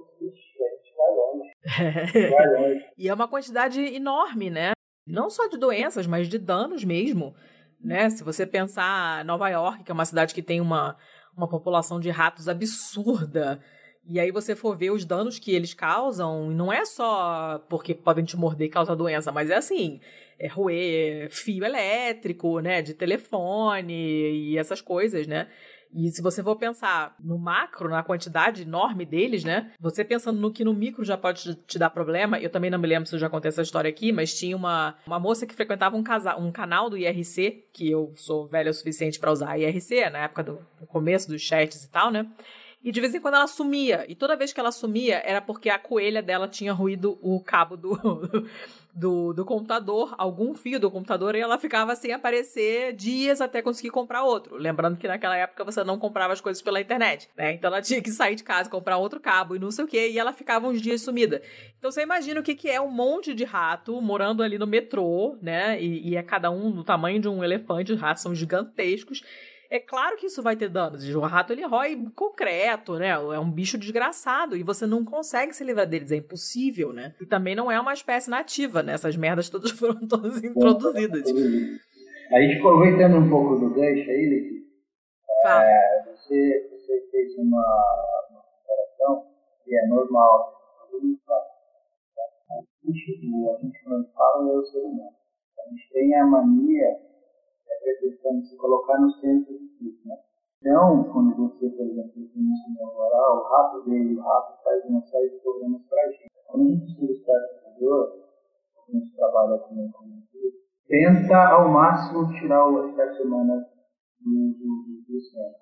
a gente vai longe. E é uma quantidade enorme, né? Não só de doenças, mas de danos mesmo. Né? Se você pensar Nova York, que é uma cidade que tem uma população de ratos absurda, e aí você for ver os danos que eles causam, não é só porque podem te morder e causar doença, mas é assim, roer fio elétrico, né, de telefone e essas coisas, né? E se você for pensar no macro, na quantidade enorme deles, né? Você pensando no que no micro já pode te dar problema, eu também não me lembro se eu já contei essa história aqui, mas tinha uma moça que frequentava um canal do IRC, que eu sou velha o suficiente para usar IRC, na época do começo dos chats e tal, né? E de vez em quando ela sumia. E toda vez que ela sumia, era porque a coelha dela tinha ruído o cabo do computador, algum fio do computador, e ela ficava sem aparecer dias até conseguir comprar outro. Lembrando que naquela época você não comprava as coisas pela internet, né? Então ela tinha que sair de casa, comprar outro cabo e não sei o quê, e ela ficava uns dias sumida. Então você imagina o que é um monte de rato morando ali no metrô, né? E é cada um do tamanho de um elefante, os ratos são gigantescos. É claro que isso vai ter danos. O rato, ele rói concreto, né? É um bicho desgraçado e você não consegue se livrar deles. É impossível, né? E também não é uma espécie nativa, né? Essas merdas todas foram todas introduzidas. Aí, aproveitando um pouco do gancho aí, Lick, você fez uma comparação que é normal. A gente quando fala é o ser humano. A gente tem a mania de se colocar no centro de tudo, né? Então, quando você, por exemplo, tem agora, o rato faz uma série de programas para a gente. Quando a gente estuda o espécie a gente trabalha com isso, tenta ao máximo tirar a espécie humana do centro.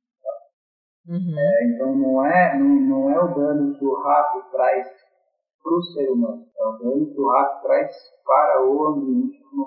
Tá? Então, não é o dano que o rato traz para o ser humano, é o dano que o rato traz para o ambiente como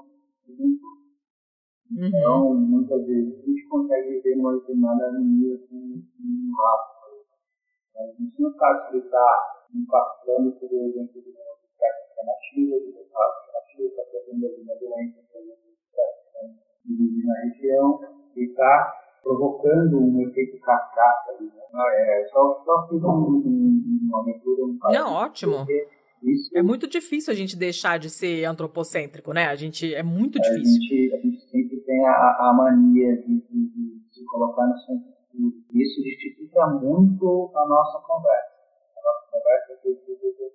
Então, muitas vezes, a gente consegue viver uma determinada harmonia com um rato. A gente não sabe explicar impactando, por exemplo, de uma espécie nativa, de um rato nativo, está trazendo alguma doença, por exemplo, que vive na região, e está provocando um efeito cascata. Só fiz uma leitura. Não, ótimo. Isso, é muito difícil a gente deixar de ser antropocêntrico, né? É muito difícil. A gente sempre tem a mania de se colocar no centro de tudo. Isso dificulta muito a nossa conversa. A nossa conversa é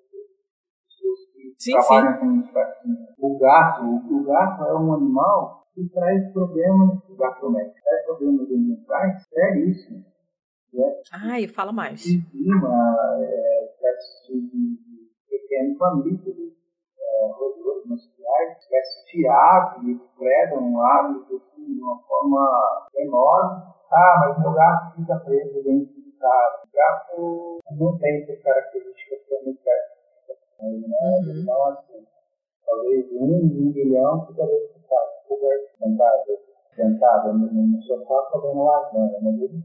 com pessoas que trabalham com espécies. O gato é um animal e traz problemas gastrométricos, traz problemas ambientais seríssimos. Ai, fala mais. De clima, espécies de pequenos mamíferos, roedores marsupiais, espécies de aves que predam aves assim, de uma forma enorme. Mas meu gato fica preso dentro de casa. O gato não tem essas características que eu me peço, né? Então, assim, talvez 1 milhão fica dentro de casa, sentado no sofá fazendo lasanha,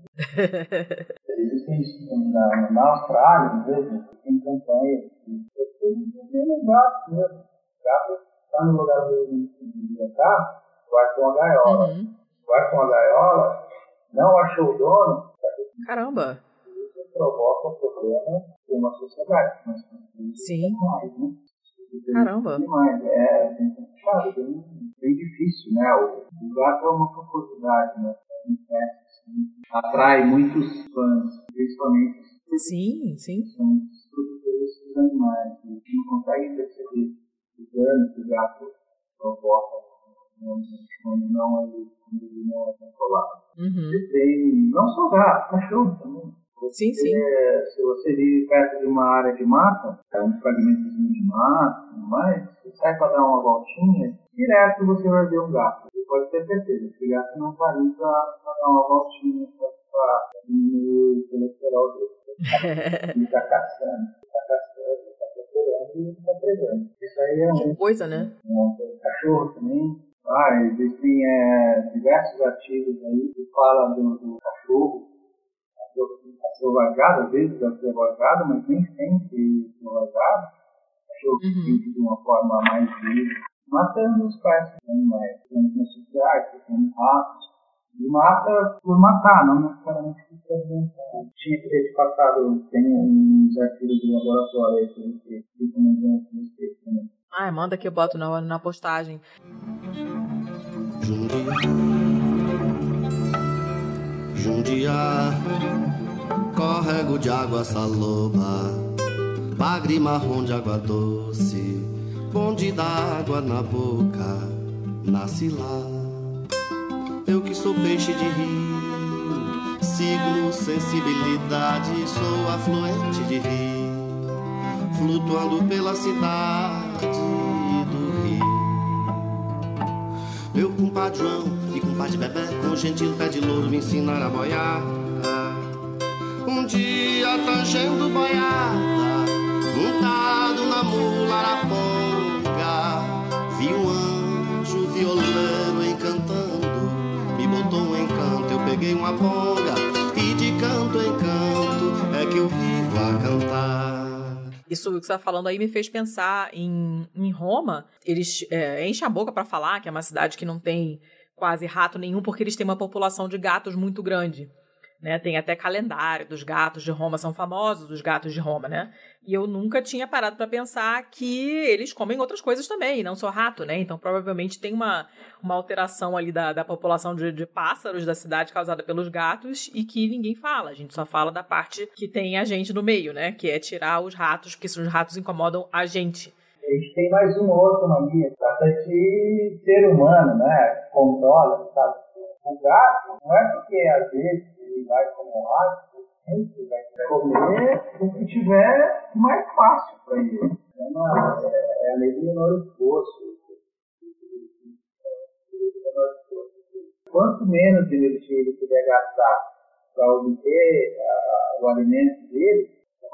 mas existem na Austrália, mesmo, tem campanhas que tem gato mesmo. O gato está no lugar de entrar, vai com a gaiola. Vai com a gaiola, não achou o dono. Caramba! Isso provoca problema de uma sociedade. Mas sim. Mais, né? Caramba! É bem difícil, né? O gato é uma curiosidade, né? Atrai muitos fãs, principalmente. Sim. São os produtores dos animais. A gente não consegue perceber o dano que o gato provoca quando ele não é controlado. Tem, não só gato, cachorro também. Sim. Se você vive perto de uma área de mata, um fragmentozinho de mata, mas você sai para dar uma voltinha, direto você vai ver um gato. Você pode ter certeza que o gato não está ali para dar uma voltinha, para diminuir o colesterol dele. Ele está caçando, está procurando e está pegando. Isso aí é que coisa, né? Cachorro também. Existem diversos artigos aí que falam do cachorro, a selvagada, às vezes a selvagada, mas nem sempre selvagada. Cachorro que vive de uma forma mais livre, matando os pais animais, nas sociais, como ratos, e mata por matar, não necessariamente por alimentar. Tinha que ter passado, tem uns artigos de laboratório aí que ficam no respeito também. Manda que eu boto na postagem. Jundiá, córrego de água saloba, bagre marrom de água doce, bonde d'água na boca, nasce lá. Eu que sou peixe de rio, signo sensibilidade, sou afluente de rio, flutuando pela cidade do Rio. Meu compadre João e compadre Bebé, com gentil pé de louro me ensinaram a boiar. Um dia tangendo boiada, montado na mula araponga, vi um anjo violeiro encantando, me botou um encanto, eu peguei uma ponga, e de canto em canto é que eu vivo a cantar. Isso que você está falando aí me fez pensar em Roma. Eles enchem a boca para falar que é uma cidade que não tem quase rato nenhum, porque eles têm uma população de gatos muito grande. Né? Tem até calendário dos gatos de Roma, são famosos os gatos de Roma, né? E eu nunca tinha parado para pensar que eles comem outras coisas também, não só rato, né? Então provavelmente tem uma alteração ali da população de pássaros da cidade causada pelos gatos e que ninguém fala, a gente só fala da parte que tem a gente no meio, né? Que é tirar os ratos, porque os ratos incomodam a gente. A gente tem mais uma outra mania, bastante ser humano, né? Controla, sabe? O gato, não é porque às vezes ele vai como rato, sempre vai comer o que tiver mais fácil para ele. É a lei do menor esforço. Quanto menos energia ele puder gastar para obter o alimento dele,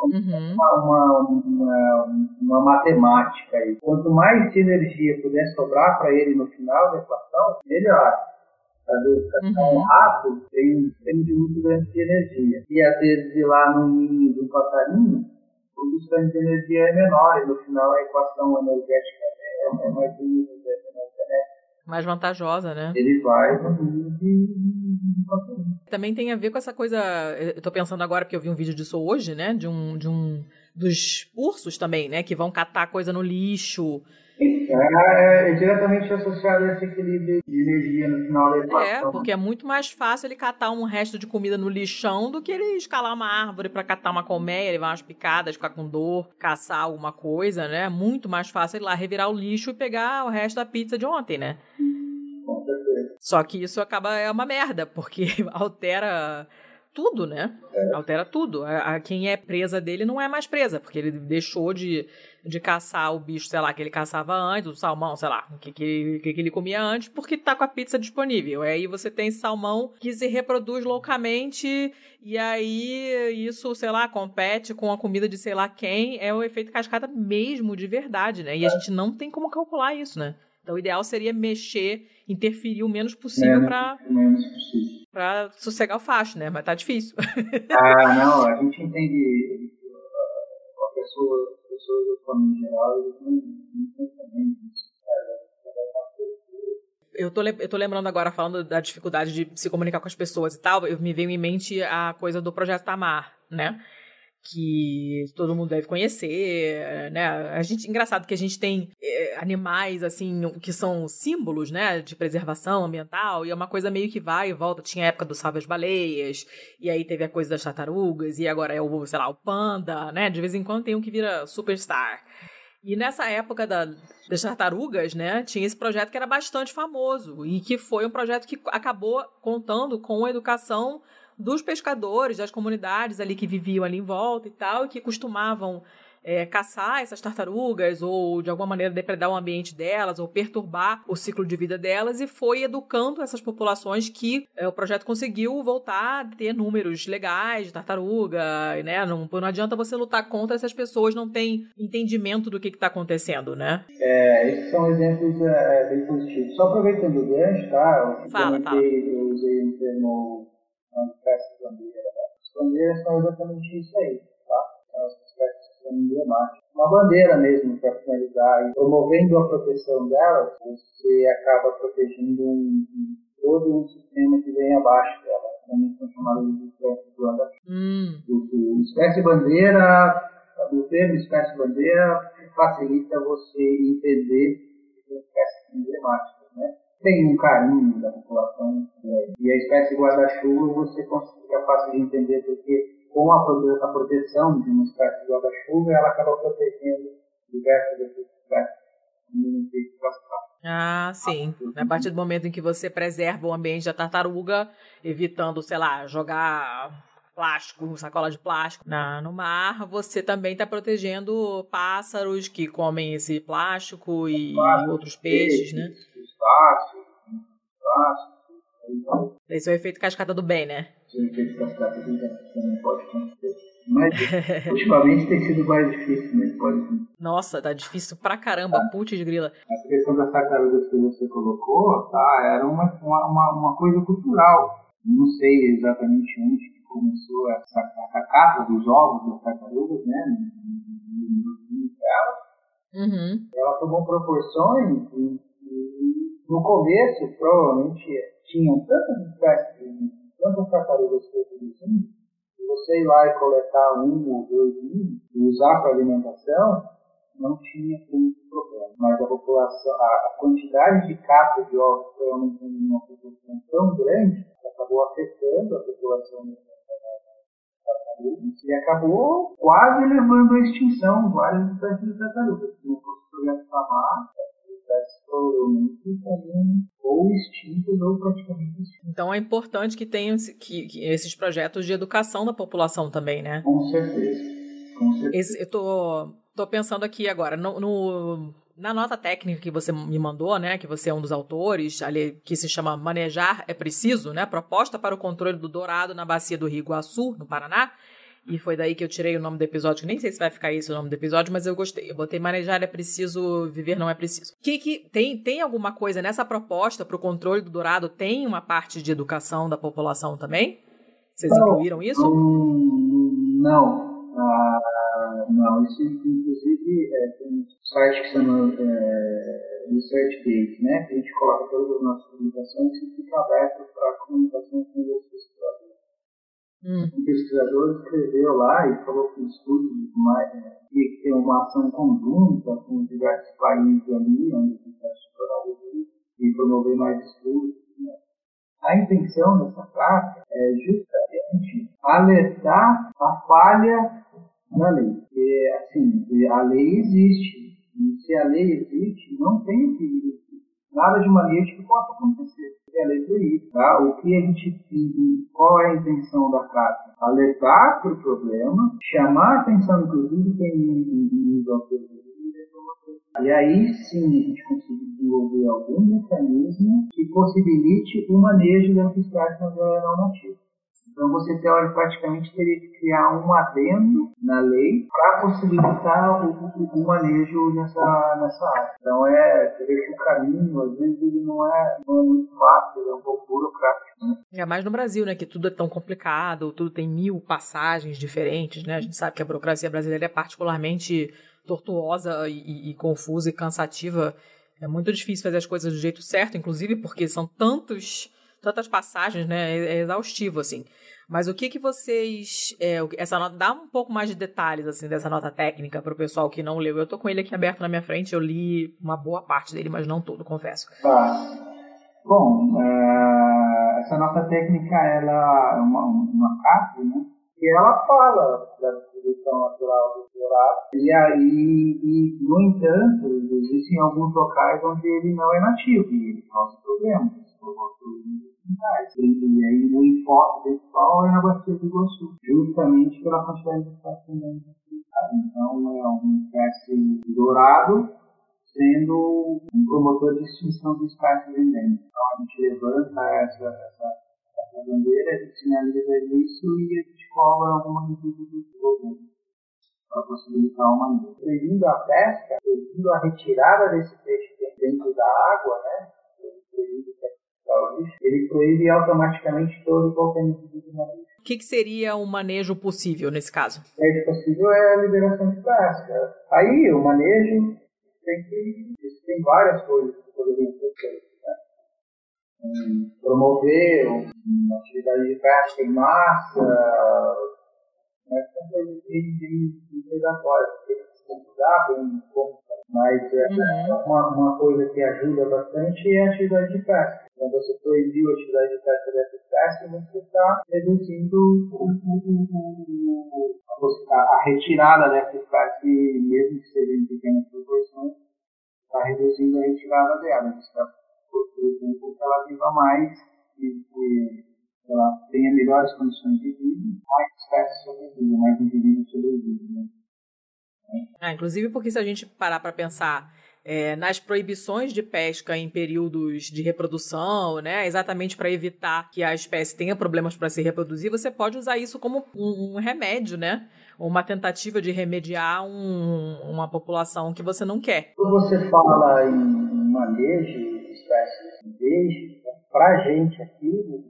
uma matemática aí. Quanto mais energia puder sobrar para ele no final da equação, melhor. Um rato tem muito grande de energia. E às vezes ir lá no ninho do passarinho, o distante de energia é menor, e no final a equação energética é mais bonita, mais vantajosa, né? Ele vai no ninho de passarinho. Também tem a ver com essa coisa, eu tô pensando agora porque eu vi um vídeo disso hoje, né? Dos ursos também, né? Que vão catar coisa no lixo. É diretamente associado a esse equilíbrio de energia no final da equação. Porque é muito mais fácil ele catar um resto de comida no lixão do que ele escalar uma árvore para catar uma colmeia, levar umas picadas, ficar com dor, caçar alguma coisa, né? Muito mais fácil ele lá revirar o lixo e pegar o resto da pizza de ontem, né? Com certeza. Só que isso é uma merda, porque altera tudo, né? Altera tudo. Quem é presa dele não é mais presa, porque ele deixou de caçar o bicho, sei lá, que ele caçava antes, o salmão, sei lá, o que ele comia antes, porque tá com a pizza disponível. Aí você tem salmão que se reproduz loucamente, e aí isso, sei lá, compete com a comida de sei lá quem, é o efeito cascata mesmo, de verdade, né? E a gente não tem como calcular isso, né? Então o ideal seria interferir o menos possível pra sossegar o facho, né? Mas tá difícil. Não, a gente entende pessoas da família em geral, eles não entendem isso. Eu tô lembrando agora, falando da dificuldade de se comunicar com as pessoas e tal, me veio em mente a coisa do Projeto Tamar, né? Que todo mundo deve conhecer, né? Engraçado que a gente tem animais, assim, que são símbolos, né? De preservação ambiental, e é uma coisa meio que vai e volta. Tinha a época do salve as baleias, e aí teve a coisa das tartarugas, e agora é o, sei lá, o panda, né? De vez em quando tem um que vira superstar. E nessa época das tartarugas, né, tinha esse projeto que era bastante famoso e que foi um projeto que acabou contando com a educação dos pescadores, das comunidades ali que viviam ali em volta e tal, e que costumavam caçar essas tartarugas ou de alguma maneira depredar o ambiente delas ou perturbar o ciclo de vida delas, e foi educando essas populações que o projeto conseguiu voltar a ter números legais de tartaruga, né? Não adianta você lutar contra essas pessoas, não tem entendimento do que está acontecendo, né? Esses são exemplos bem positivos. Só aproveitando o gancho, tá? Eu usei um termo espécie bandeira. As bandeiras são exatamente isso aí, tá? São as espécies que são emblemáticas. Uma bandeira mesmo, para finalizar, e promovendo a proteção delas, você acaba protegendo todo um sistema que vem abaixo dela. Também são chamados de espécies do andamento. Espécie bandeira, o termo espécie bandeira facilita você entender espécies emblemáticas, né? Tem um carinho da população, e a espécie guarda-chuva você fica fácil de entender, porque com a proteção de uma espécie guarda-chuva, ela acaba protegendo diversas dessas espécies no efeito cascata. Sim. A partir do momento em que você preserva o ambiente da tartaruga, evitando, sei lá, jogar plástico, sacola de plástico no mar, você também está protegendo pássaros que comem esse plástico e outros peixes, né? Esse é o efeito cascata do bem, né? O efeito cascata do bem, também pode acontecer. Mas ultimamente tem sido mais difícil, né? Nossa, tá difícil pra caramba, putz grila. A questão das tartarugas que você colocou, tá? Era uma coisa cultural. Não sei exatamente onde que começou a caça dos ovos das tartarugas, né? Ela tomou proporções e no começo, provavelmente, tinham tantas tartarugas que produziam, se você ir lá e coletar 1 ou 2 e usar para alimentação, não tinha muito problema. Mas a população, a quantidade de caça de ovos, provavelmente em uma proporção tão grande, acabou afetando a população das tartarugas e acabou quase levando à extinção várias espécies de tartarugas. Se não fosse o projeto Tamar, ou extintos ou praticamente extintos. Então é importante que tenham esses projetos de educação da população também, né? Com certeza. Eu tô pensando aqui agora, na nota técnica que você me mandou, né, que você é um dos autores, ali, que se chama Manejar é Preciso, né, proposta para o controle do dourado na bacia do Rio Iguaçu, no Paraná. E foi daí que eu tirei o nome do episódio, que nem sei se vai ficar esse o nome do episódio, mas eu gostei. Eu botei manejar é preciso, viver não é preciso. Tem alguma coisa nessa proposta para o controle do dourado? Tem uma parte de educação da população também? Vocês incluíram isso? Não. Não, isso inclusive tem um site que se chama ResearchGate, né? Que a gente coloca todas as nossas publicações e fica aberto para comunicação com os pesquisadores. Um pesquisador escreveu lá e falou que estudos que tem uma ação conjunta com diversos países ali, onde se está explorando e promover mais estudos. Né? A intenção dessa carta é justamente alertar a falha na lei. A lei existe, e se a lei existe, não tem perigo nada de manejo que possa acontecer. É a lei proíbe, tá? O que a gente, qual é a intenção da carta? Alertar para o problema, chamar a atenção, inclusive, quem nível e aí sim a gente conseguir desenvolver algum mecanismo que possibilite o manejo dessa espécie na área não nativa. Então você praticamente teria que criar um adendo na lei para possibilitar o manejo nessa área. Então você vê que o caminho, às vezes, ele não é muito fácil, ele é um pouco burocrático. Né? É mais no Brasil, né, que tudo é tão complicado, tudo tem 1000 passagens diferentes, né? A gente sabe que a burocracia brasileira é particularmente tortuosa e confusa e cansativa. É muito difícil fazer as coisas do jeito certo, inclusive porque são tantas passagens, né? É exaustivo, assim. Mas o que vocês... essa nota, dá um pouco mais de detalhes, assim, dessa nota técnica para o pessoal que não leu. Eu tô com ele aqui aberto na minha frente, eu li uma boa parte dele, mas não todo, confesso. Bom, essa nota técnica, ela é uma carta, né? E ela fala da distribuição natural do dourado. E aí, no entanto, existem alguns locais onde ele não é nativo e ele causa problemas. E aí o enfoque principal é na Bacia do Iguaçu, justamente pela quantidade de fascinantes. Então, é uma espécie de dourado sendo um promotor de extinção de espécies endêmicas. Então, a gente levanta essa bandeira, a gente sinaliza isso e a gente cobra alguma medida do governo para possibilitar uma maneira. Proibindo a pesca, proibindo a retirada desse peixe dentro da água, né? Ele proíbe automaticamente todo e qualquer medida de manejo. O que seria um manejo possível nesse caso? O manejo possível é a liberação de pesca. Aí o manejo tem várias coisas que poderiam ser feitas. Né? Promover uma atividade de pesca em massa, mas são coisas bem predatórias, porque tem que estudar bem como. Mas uma coisa que ajuda bastante é a atividade de pesca. Quando você proibiu a atividade de pesca dessa espécie, você está reduzindo a retirada dessa espécie, mesmo que seja em pequenas proporções, está reduzindo a retirada dela. Você está fazendo com que ela viva mais e ela tenha melhores condições de vida, mais espécies sobrevivem, mais indivíduos sobrevivem. Né? Inclusive porque se a gente parar para pensar nas proibições de pesca em períodos de reprodução, né, exatamente para evitar que a espécie tenha problemas para se reproduzir, você pode usar isso como um remédio, né? Uma tentativa de remediar uma população que você não quer. Quando você fala em manejo de espécies indígenas, para a gente aqui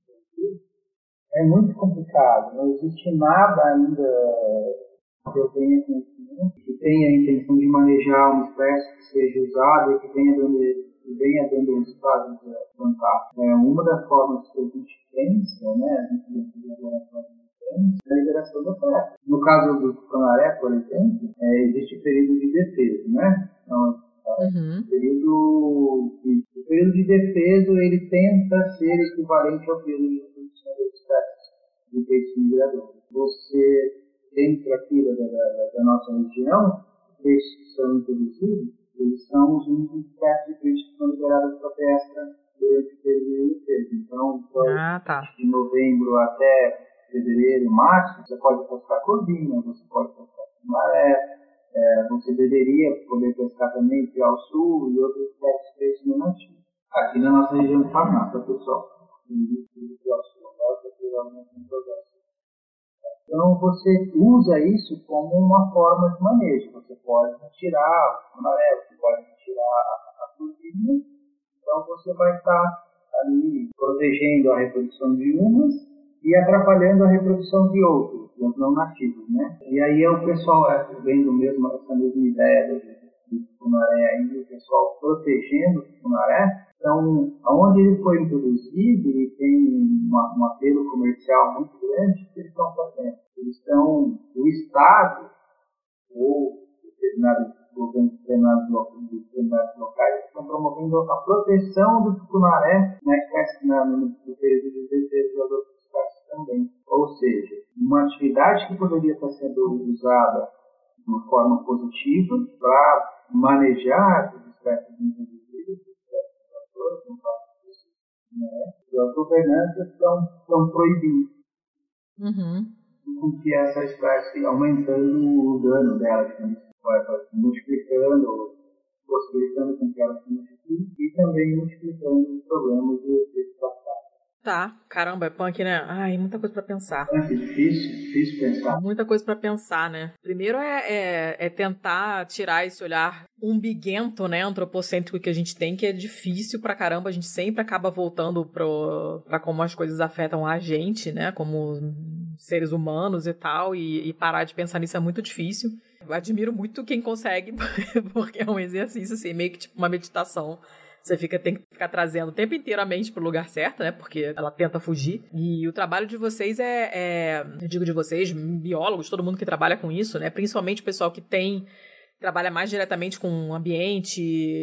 é muito complicado. Não existe nada ainda que eu tenha conhecimento, que tenha a intenção de manejar uma espécie que seja usada e que venha dando resultados fantásticos. Uma das formas que a gente pensa, né, a gente pensa é a liberação da pesca. No caso do tucunaré, por exemplo, existe o período de defesa, né? Então, o período de defesa ele tenta ser equivalente ao período de reprodução das espécies de peixe migrador. Você dentro aqui da nossa região, os peixes que são introduzidos, eles são os únicos espécies de peixes que são liberados para pesca durante o período de defesa. Então, de novembro até fevereiro, março, você pode pescar corvina, você pode pescar maré, você deveria poder pescar também piau sul e outras espécies de peixes não nativos. Aqui na nossa região de Paraná, tá, pessoal? Piau sul, então, você usa isso como uma forma de manejo. Você pode tirar o amarelo, você pode tirar a corvina. Então, você vai estar ali protegendo a reprodução de umas e atrapalhando a reprodução de outros, não nativos, né? E aí o pessoal vendo essa mesma ideia do tucunaré ainda, o pessoal protegendo o tucunaré. Então, onde ele foi introduzido, ele tem um apelo comercial muito grande, o que eles estão fazendo? O Estado, ou determinados governos determinados locais, estão promovendo a proteção do tucunaré no período de defesa das outras espécies também. Ou seja, uma atividade que poderia estar sendo usada de uma forma positiva para manejar essas espécies introduzidas, né? E as governanças estão proibindo com que essa espécie aumentando o dano dela, vai multiplicando, possibilitando com que ela se multiplique e também multiplicando os problemas de efeito passado. Tá, caramba, é punk, né? Ai, muita coisa pra pensar. É difícil pensar. Muita coisa pra pensar, né? Primeiro é tentar tirar esse olhar umbiguento, né, antropocêntrico que a gente tem, que é difícil pra caramba. A gente sempre acaba voltando pra como as coisas afetam a gente, né, como seres humanos e tal, e parar de pensar nisso é muito difícil. Eu admiro muito quem consegue, porque é um exercício, assim, meio que tipo uma meditação. Você tem que ficar trazendo o tempo inteiro a mente pro lugar certo, né? Porque ela tenta fugir. E o trabalho de vocês eu digo de vocês, biólogos, todo mundo que trabalha com isso, né? Principalmente o pessoal que trabalha mais diretamente com o ambiente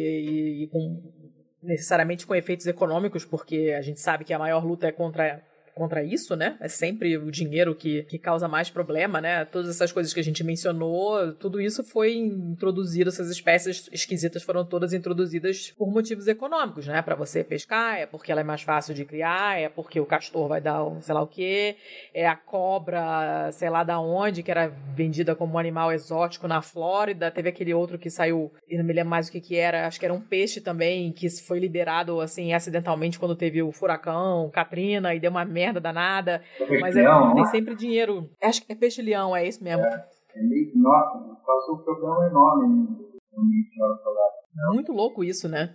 e necessariamente com efeitos econômicos, porque a gente sabe que a maior luta é contra isso, né? É sempre o dinheiro que causa mais problema, né? Todas essas coisas que a gente mencionou, tudo isso foi introduzido, essas espécies esquisitas foram todas introduzidas por motivos econômicos, né? Para você pescar, é porque ela é mais fácil de criar, é porque o castor vai dar sei lá o quê, é a cobra, sei lá da onde, que era vendida como um animal exótico na Flórida, teve aquele outro que saiu, e não me lembro mais o que era, acho que era um peixe também, que foi liberado, assim, acidentalmente quando teve o furacão Katrina, e deu uma merda danada, mas tem sempre dinheiro. Acho que é peixe-leão, é esse mesmo. Nossa, passou um problema enorme no Muito louco isso, né?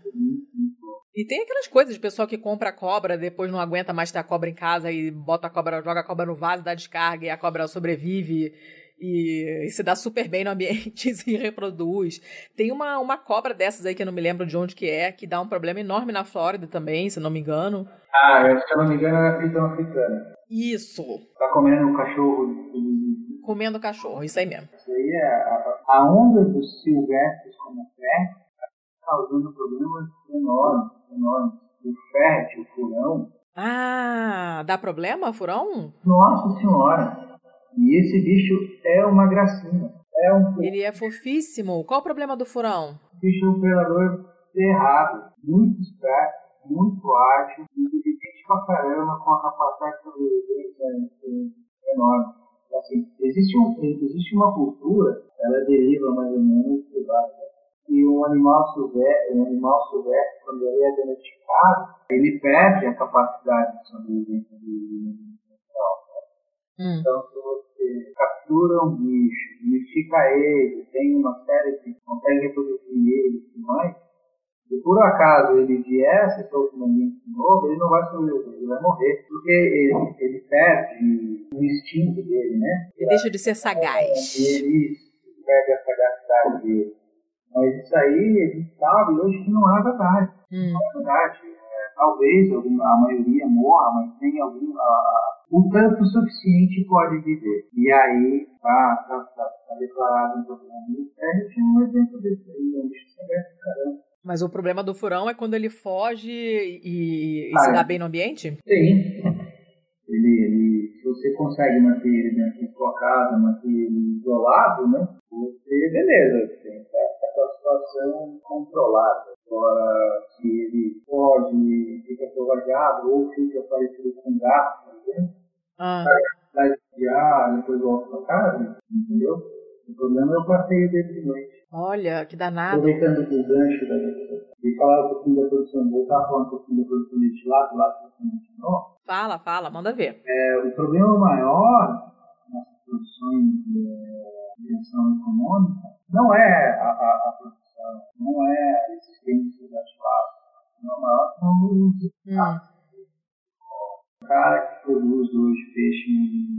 E tem aquelas coisas de pessoal que compra a cobra, depois não aguenta mais ter a cobra em casa e bota a cobra, joga a cobra no vaso, dá descarga e a cobra sobrevive e se dá super bem no ambiente e se reproduz. Tem uma cobra dessas aí que eu não me lembro de onde que dá um problema enorme na Flórida também, se eu não me engano. Se eu não me engano, é a prisão africana. Isso. Tá comendo o cachorro. Comendo o cachorro, isso aí mesmo. Isso aí é a onda dos silvestres como ferro causando problemas enormes. O fértil, o furão. Ah, dá problema, furão? Nossa Senhora! E esse bicho é uma gracinha. Ele é fofíssimo. Qual o problema do furão? Bicho um predador errado, muito esperto, muito ágil, inteligente pra caramba, com a capacidade de sobrevivência enorme. Assim, existe uma cultura, ela deriva mais ou menos do básico. E um animal silvestre, quando ele é domesticado, ele perde a capacidade de sobrevivência do animal. Então, se você captura um bicho, domestica ele, tem uma série que consegue reproduzir ele e tudo mais, se por acaso ele vier se solto no ambiente novo, ele não vai sobreviver, ele vai morrer, porque ele perde o instinto dele, né? Ele deixa de ser sagaz. Ele perde a sagacidade dele. Mas isso aí a gente sabe hoje que não é verdade. Não é verdade. Talvez a maioria morra, mas tem o tanto suficiente pode viver. E aí tá declarado um problema do Ministério, tinha um exemplo desse aí, um bicho sagaz, caramba. Mas o problema do furão é quando ele foge e se dá bem no ambiente? Sim. Se você consegue manter ele dentro da sua casa, manter ele isolado, né? Beleza, tem essa situação controlada. Agora, se ele foge, fica covardeado ou fica parecido com um gato, por exemplo, vai desviar, depois volta para casa, entendeu? O problema é o passeio dele de noite. Olha, que danado. Aproveitando o gancho de falar um pouquinho da produção, voltar a falar um pouquinho da produção de lá que você mencionou. Fala, manda ver. O problema maior nessas produções de dimensão econômica não é a produção, não é a existência das classes. O maior são os estados. O cara que produz hoje peixe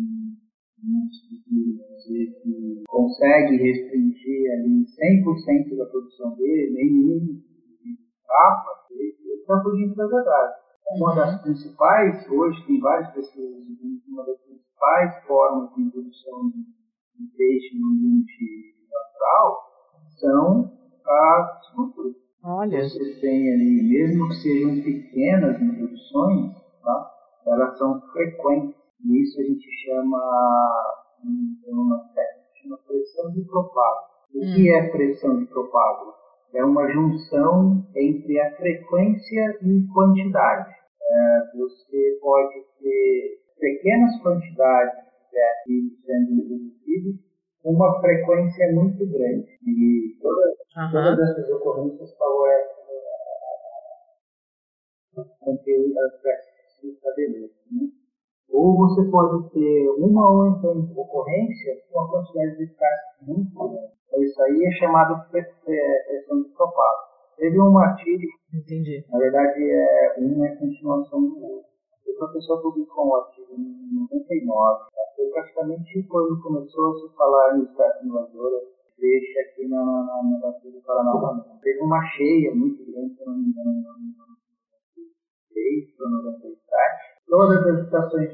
que consegue restringir ali 100% da produção dele, nenhum escapa, ele está fugindo da verdade. Uma das principais, hoje tem várias pesquisas, uma das principais formas de produção de peixe no ambiente natural são as culturas. Olha. Vocês têm ali, mesmo que sejam pequenas introduções, tá? Elas são frequentes. E isso a gente chama pressão de propágulo. O que é pressão de propágulo? É uma junção entre a frequência e quantidade. você pode ter pequenas quantidades de arquivos sendo produzidos com uma frequência muito grande. E todas essas ocorrências favorecem com que a espécie se estabeleça. Né? Ou você pode ter uma ou então ocorrência com uma quantidade de espécies muito grande. Isso aí é chamado de pressão de propaganda. Teve um artigo, entendi. Na verdade, uma é continuação do outro. O professor publicou um artigo em 99, foi praticamente quando começou a se falar em espécie invasora, peixe aqui na bacia do Paraná. Teve uma cheia muito grande, se não me engano, em 96 ou 97. Todas as estações,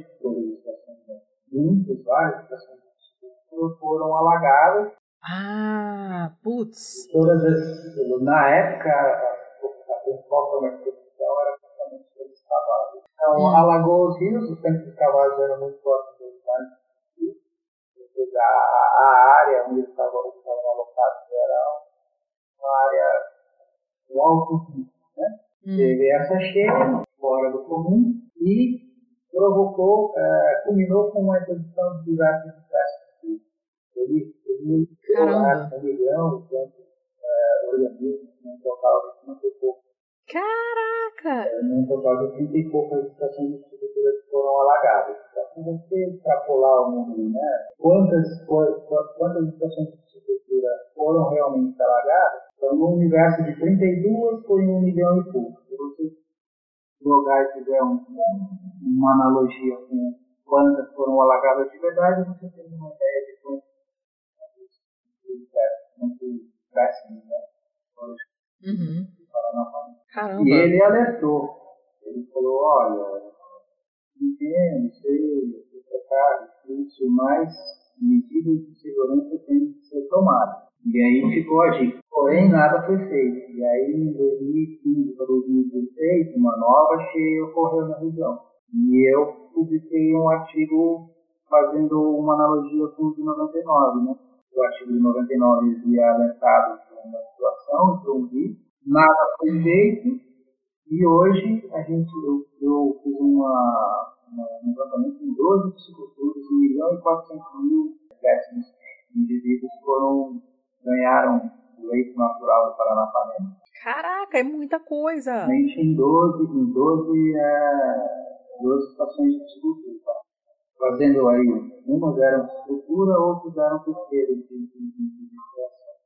várias estações foram alagadas. Putz. Na época, a principal comercialização era justamente pelos cavalos. Então, alagou os rios, os tanques de cavalos eram muito próximos dos rios. A área onde eles estavam alocados era uma área com alto risco. Né? Teve essa cheia, fora do comum, e provocou, culminou com uma introdução de diversas espécies. Ele Caramba! 1 milhão de organismos num total de 30 e poucos. Caraca! Num total de 30 e poucas estações de piscicultura que foram alagadas. Então, se você extrapolar o mundo, né, quantas estações de piscicultura foram realmente alagadas, então no universo de 32 foi 1 milhão e pouco. Se você jogar e fizer uma analogia com quantas foram alagadas de verdade, você tem uma ideia de quantas espécies, né? Caramba. E ele alertou. Ele falou, olha, entendo, sei, isso, mas medidas de segurança têm que ser tomadas. E aí ficou a dica. Porém, nada foi feito. E aí, em 2015 para 2016, uma nova cheia ocorreu na região. E eu publiquei um artigo fazendo uma analogia com o de 99, né? O artigo de 99 havia alertado para uma situação, para um risco. Nada foi feito. E hoje eu fiz um levantamento em 12 pisciculturas, 1.400.000 espécies de indivíduos ganharam o leito natural do Paranapanema. Caraca, é muita coisa! Em 12 estações de piscicultura. Tá? Fazendo aí, umas eram piscicultura, outras eram pesqueiros de criação.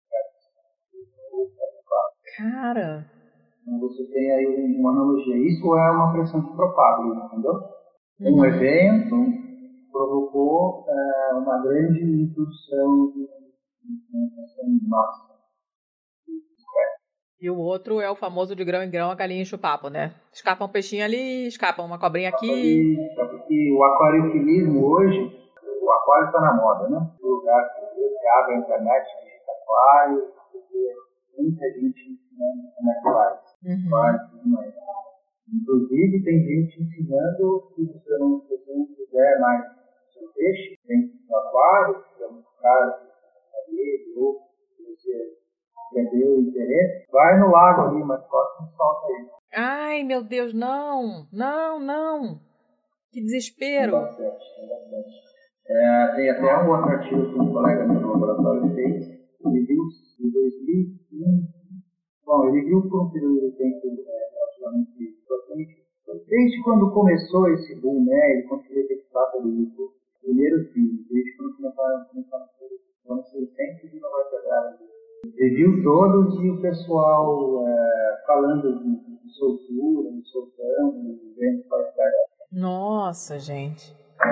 Cara! Então você tem aí uma analogia. Isso é uma pressão de propaganda, entendeu? Um evento provocou uma grande introdução de massa. E o outro é o famoso de grão em grão, a galinha enche o papo, né? Escapa um peixinho ali, escapa uma cobrinha aqui. Porque o aquariofilismo hoje, o aquário está na moda, né? O lugar que você abre a internet, digita aquário, porque muita gente ensinando como é que faz. Inclusive, tem gente ensinando que você não quiser mais seu peixe dentro do aquário, que é muito caro, ou se você perdeu o interesse, vai no lago ali, mas corta e solta ele. Ai, meu Deus, não! Não, não! Que desespero! Tem bastante. Tem até um outro artigo que um colega meu do laboratório fez, ele viu em 2001. Bom, ele viu por um período de tempo relativamente potente. Desde quando começou esse boom, né, ele conseguiu detectar pelo YouTube os primeiros vídeos, desde quando começaram a anos 690 graus. Ele viu todos e o pessoal falando de soltura, de soltando, de vendo quais eram. Nossa, gente.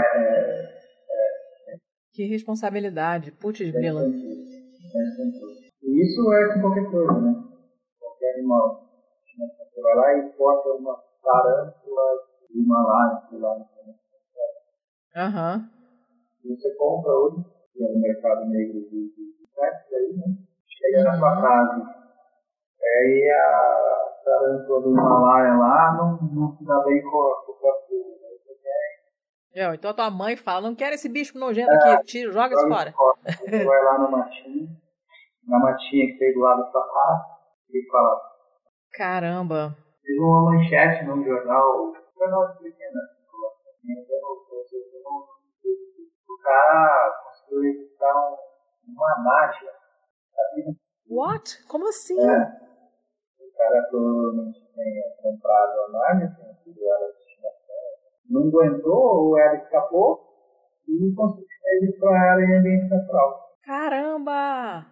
Que responsabilidade. Putz, grila. E isso é com qualquer coisa, né? Qualquer animal. Você vai lá e corta uma tarântula de Himalaia, sei lá. Você compra hoje, que é no mercado negro de pets aí, né? Chega na sua casa. Aí a tarântula do Himalaia lá não se dá bem com a captura. Então a tua mãe fala, não quero esse bicho nojento aqui, tira, joga isso fora. Você vai lá na matinha que tem do lado da sua casa, e fala... Caramba. Teve uma manchete num jornal pequeno, o cara conseguiu registrar uma naja. What? Como assim? O cara provavelmente tenha comprado a naja, tenha sido ela de estimação, não aguentou ou ela escapou e conseguiu registrar ela em ambiente natural. Caramba!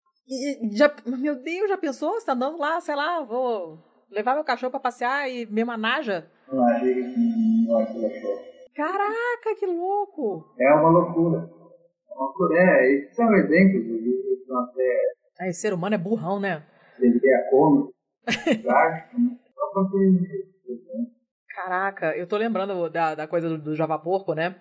Meu Deus, já pensou? Você tá andando lá, sei lá, vou levar meu cachorro pra passear e ver uma naja? Não aquilo achou. Caraca, que louco! É uma loucura. Esses são exemplos, eles são até... Esse ser humano é burrão, né? Seria cômico, trágico, né? Só pra ter... Caraca, eu tô lembrando da coisa do Javaporco, né?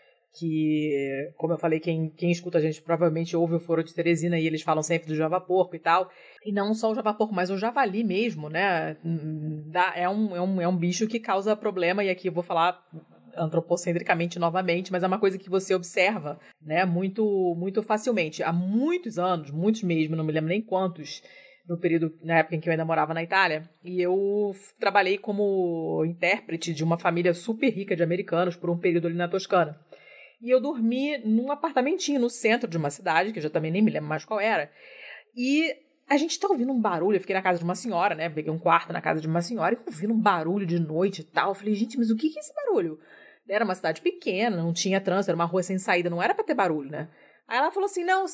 Que, como eu falei, quem escuta a gente provavelmente ouve o Foro de Teresina e eles falam sempre do Javaporco e tal. E não só o Javaporco, mas o javali mesmo, né? É um bicho que causa problema, e aqui eu vou falar antropocentricamente novamente, mas é uma coisa que você observa, né? Muito, muito facilmente. Há muitos anos, muitos mesmo, não me lembro nem quantos, no período, na época em que eu ainda morava na Itália, e eu trabalhei como intérprete de uma família super rica de americanos por um período ali na Toscana. E eu dormi num apartamentinho no centro de uma cidade, que eu já também nem me lembro mais qual era. E a gente tá ouvindo um barulho. Eu fiquei na casa de uma senhora, né? Peguei um quarto na casa de uma senhora e ouvindo um barulho de noite e tal. Eu falei, gente, mas o que é esse barulho? Era uma cidade pequena, não tinha trânsito, era uma rua sem saída, não era pra ter barulho, né? Aí ela falou assim, não,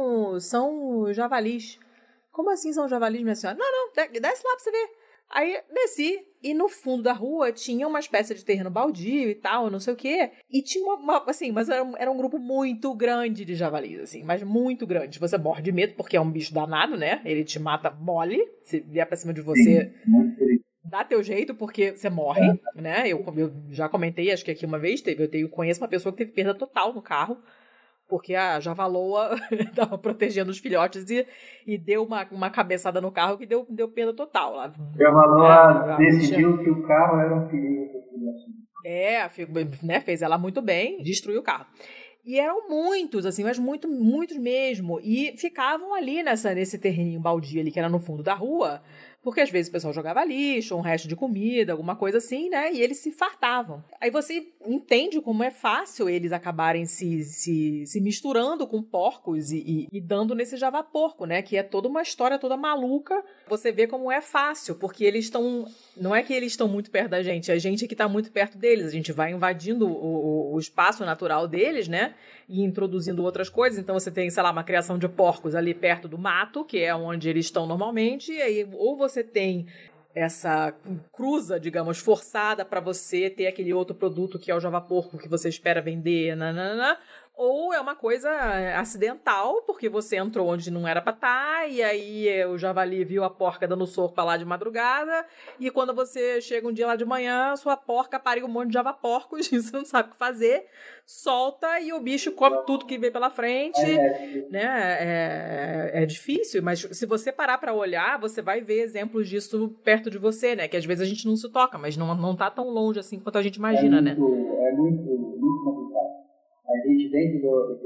são javalis. Como assim são javalis, minha senhora? Não, desce lá pra você ver. Aí desci, e no fundo da rua tinha uma espécie de terreno baldio e tal, não sei o quê. E tinha assim, mas era um grupo muito grande de javalis, assim, mas muito grande. Você morre de medo, porque é um bicho danado, né? Ele te mata mole, se vier pra cima de você, dá teu jeito, porque você morre, né? Eu já comentei, acho que aqui uma vez eu conheço uma pessoa que teve perda total no carro, porque a javaloa estava protegendo os filhotes e deu uma cabeçada no carro que deu perda total lá. A javaloa decidiu que o carro era um perigo. Né, fez ela muito bem, destruiu o carro. E eram muitos, assim, mas muitos mesmo. E ficavam ali nesse terreninho baldio ali, que era no fundo da rua, porque às vezes o pessoal jogava lixo, um resto de comida, alguma coisa assim, né? E eles se fartavam. Aí você entende como é fácil eles acabarem se misturando com porcos e dando nesse javaporco, né? Que é toda uma história toda maluca. Você vê como é fácil, porque eles estão... Não é que eles estão muito perto da gente, a gente é que está muito perto deles. A gente vai invadindo o espaço natural deles, né? E introduzindo outras coisas. Então você tem, sei lá, uma criação de porcos ali perto do mato, que é onde eles estão normalmente, e aí ou você tem essa cruza, digamos, forçada para você ter aquele outro produto que é o javaporco que você espera vender, ou é uma coisa acidental, porque você entrou onde não era pra estar, e aí o javali viu a porca dando sopa lá de madrugada, e quando você chega um dia lá de manhã, sua porca pariu um monte de javaporcos, e você não sabe o que fazer, solta e o bicho come tudo que vem pela frente, né? É difícil, mas se você parar pra olhar, você vai ver exemplos disso perto de você, né? Que às vezes a gente não se toca, mas não tá tão longe assim quanto a gente imagina, né? É muito complicado. A gente dentro do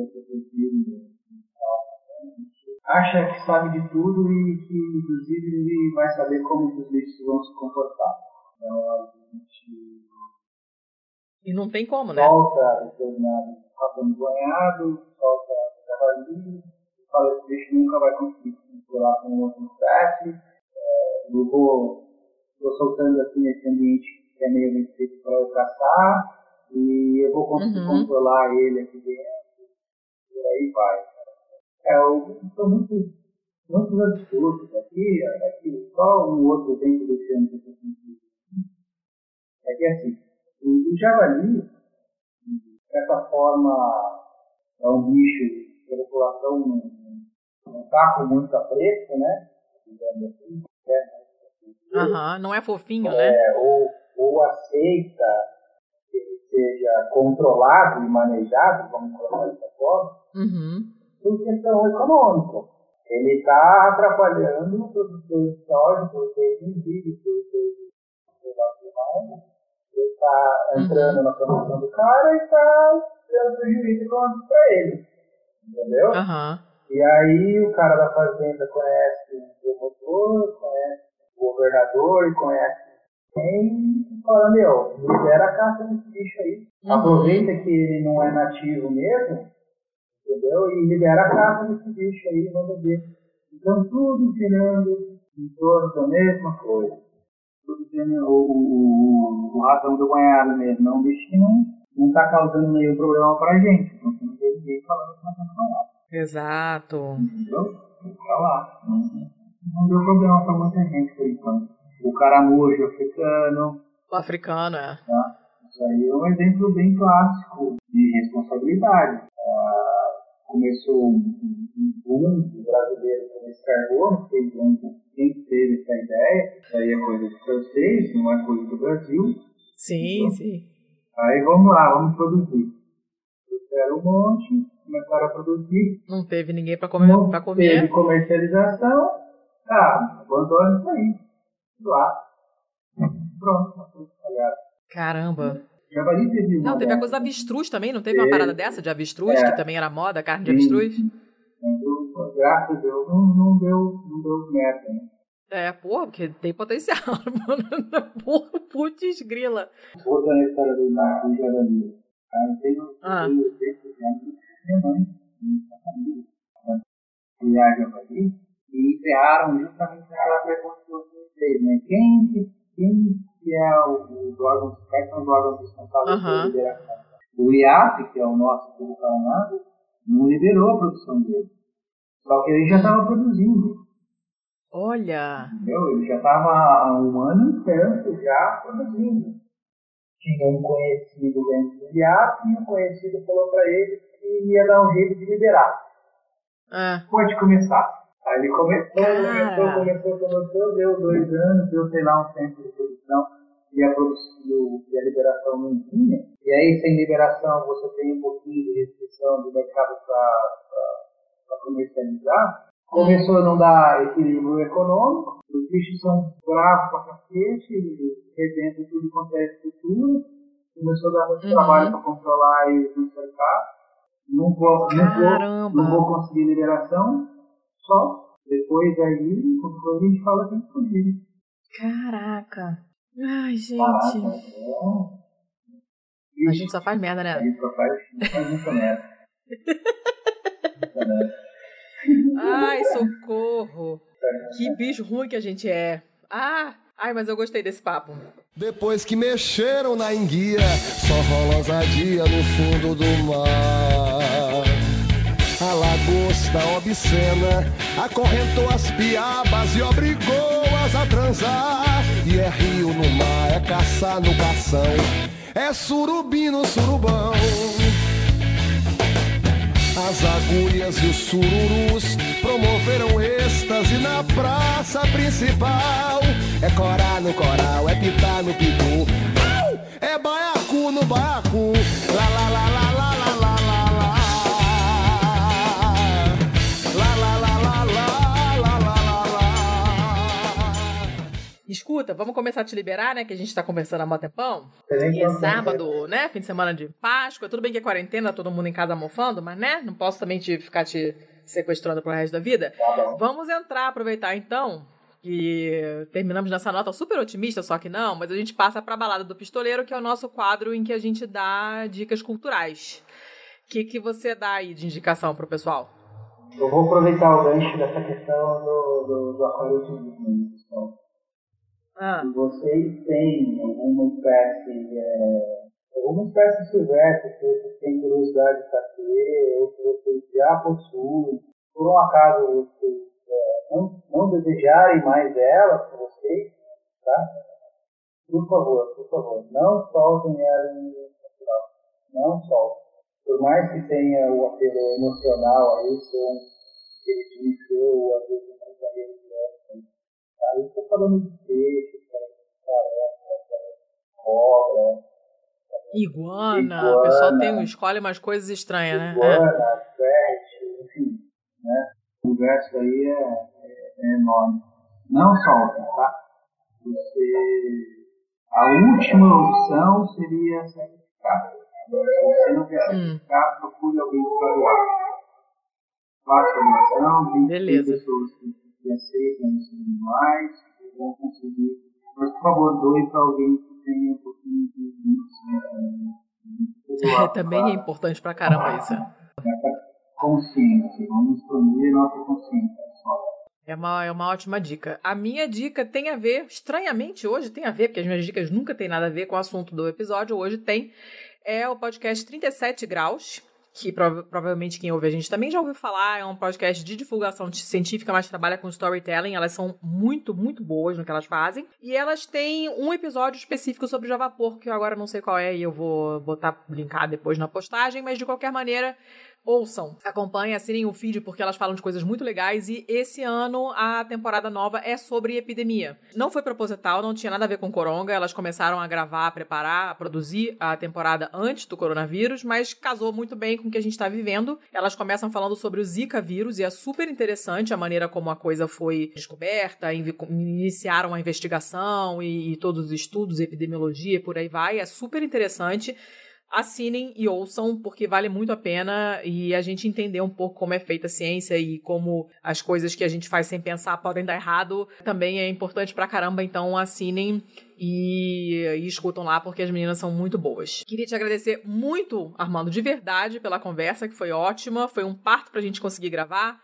acha que sabe de tudo e que inclusive vai saber como os bichos vão se comportar. Então a gente... E não tem como, né? Solta determinado rabão banhado, solta o cavalinho, fala que o bicho nunca vai conseguir se misturar com outro espécie. Eu vou soltando assim esse ambiente que é meio restrito para eu caçar. E eu vou conseguir controlar ele aqui dentro, e aí vai. São muitos absurdos aqui só um outro exemplo desse ano que eu estou sentindo. É que assim, o javali, de certa forma, é um bicho que a população não está com muito apreço, né? Digamos assim. Não é fofinho, né? Ou aceita seja controlado e manejado, vamos colocar dessa forma, por questão econômica. Ele está atrapalhando o produtor de soja, produtor de milho, produtor de ele está entrando na produção do cara e está dando prejuízo econômico para ele. Entendeu? E aí o cara da fazenda conhece o produtor, conhece o governador e conhece quem, e fala, libera a caça desse bicho aí. Aproveita que ele não é nativo mesmo, entendeu? E libera a caça desse bicho aí, vamos ver. Então, tudo girando em torno da mesma coisa. Tudo girando, o ratão do banhado mesmo, não, o bichinho não está causando nenhum problema pra gente. Então, você não tem ninguém falando que ratão do banhado. Exato. Entendeu? Tá lá. Não deu problema pra muita gente por enquanto. O caramujo africano. O africano, é. Tá? Isso aí é um exemplo bem clássico de responsabilidade. Começou um boom brasileiro com esse carbono, quem teve essa ideia, isso aí é coisa do francês, não é coisa do Brasil. Sim, então, sim. Aí vamos lá, vamos produzir. Trouxeram um monte, começaram a produzir. Não teve ninguém para comer. Não teve comercialização, abandona isso aí. Lá. Pronto, tá tudo espalhado. Caramba. Javali teve não, teve a coisa da avestruz também, não teve uma parada dessa de avestruz, que também era moda, carne de avestruz? Graças a Deus não deu merda, né? Porra, porque tem potencial, mano. Porra, putz, grila. Outra história do Javali. Aí teve um exemplo de minha mãe, minha família. Criar Javali e enterraram justamente naquela pergunta que você fez, né? Quem que é os órgãos, quais são os órgãos responsáveis pela liberação? O IAP, que é o nosso povo calmado, não liberou a produção dele. Só que ele já estava produzindo. Olha! Entendeu? Ele já estava há um ano e tanto já produzindo. Tinha um conhecido dentro do IAP e o conhecido falou para ele que ia dar um jeito de liberar. Pode começar. Aí ele começou, deu 2 anos, deu, sei lá, um tempo de produção, e a liberação não vinha. E aí, sem liberação, você tem um pouquinho de restrição do mercado para comercializar. Começou a não dar equilíbrio econômico, os bichos são bravos pra cacete, redentam tudo quanto é estrutura. Começou a dar muito trabalho para controlar e cercar. Não vou conseguir liberação. Só depois aí, quando a gente fala, tem que fugir. Caraca. Ai, gente. A gente só faz merda, né? A gente só faz muita merda. Ai, socorro. Que bicho ruim que a gente é. Ai, mas eu gostei desse papo. Depois que mexeram na enguia, só rola ousadia no fundo do mar. A lagosta obscena acorrentou as piabas e obrigou-as a transar. E é rio no mar, é caçar no cação, é surubim no surubão. As agulhas e os sururus promoveram êxtase na praça principal. É corá no coral, é pitá no pitu, é baiacu no baiacu. Lá, lá, lá, lá, lá, lá, lá, lá, lá. Escuta, vamos começar a te liberar, né? Que a gente tá conversando há mó tempão. E é sábado, né? Fim de semana de Páscoa. Tudo bem que é quarentena, todo mundo em casa mofando, mas, né? Não posso também ficar te sequestrando pro resto da vida. Vamos aproveitar então, que terminamos nessa nota super otimista, só que não, mas a gente passa pra Balada do Pistoleiro, que é o nosso quadro em que a gente dá dicas culturais. O que você dá aí de indicação pro pessoal? Eu vou aproveitar o gancho dessa questão do aquariotismo. Se vocês têm alguma espécie silvestre que vocês têm curiosidade de saber, ou que vocês já possuem, por um acaso vocês não desejarem mais ela para vocês, tá? Por favor, não soltem ela em natural. Não soltem. Por mais que tenha o apelo emocional aí, ser um queridinho seu, ou às vezes um companheiro de outro. Aí eu estou falando de peixe, cobra, iguana. O pessoal escolhe umas coisas estranhas, né? Iguana, peixe, enfim, né? O verso aí é enorme. Não soltem, tá? A última opção seria sacrificar. Se você não quer sacrificar, procure alguém para doar. Faça a doação, tem pessoas que aceitam os animais, vão conseguir. Mas, por favor, doe para alguém que tenha um pouquinho de Também é importante pra caramba isso. Consciência, vamos expandir nossa consciência. É uma ótima dica. A minha dica tem a ver, estranhamente hoje tem a ver, porque as minhas dicas nunca tem nada a ver com o assunto do episódio, hoje tem, é o podcast 37 Graus, que provavelmente quem ouve a gente também já ouviu falar, é um podcast de divulgação científica, mas trabalha com storytelling, elas são muito, muito boas no que elas fazem, e elas têm um episódio específico sobre Javapor, que eu agora não sei qual é, e eu vou botar linkar depois na postagem, mas de qualquer maneira, ouçam, acompanhem, assinem o feed, porque elas falam de coisas muito legais, e esse ano a temporada nova é sobre epidemia. Não foi proposital, não tinha nada a ver com coronga, elas começaram a gravar, a preparar, a produzir a temporada antes do coronavírus, mas casou muito bem com o que a gente está vivendo. Elas começam falando sobre o Zika vírus, e é super interessante a maneira como a coisa foi descoberta, iniciaram a investigação e todos os estudos, epidemiologia e por aí vai, é super interessante. Assinem e ouçam, porque vale muito a pena e a gente entender um pouco como é feita a ciência e como as coisas que a gente faz sem pensar podem dar errado, também é importante pra caramba, então assinem e escutam lá, porque as meninas são muito boas. Queria te agradecer muito, Armando, de verdade, pela conversa, que foi ótima, foi um parto pra gente conseguir gravar,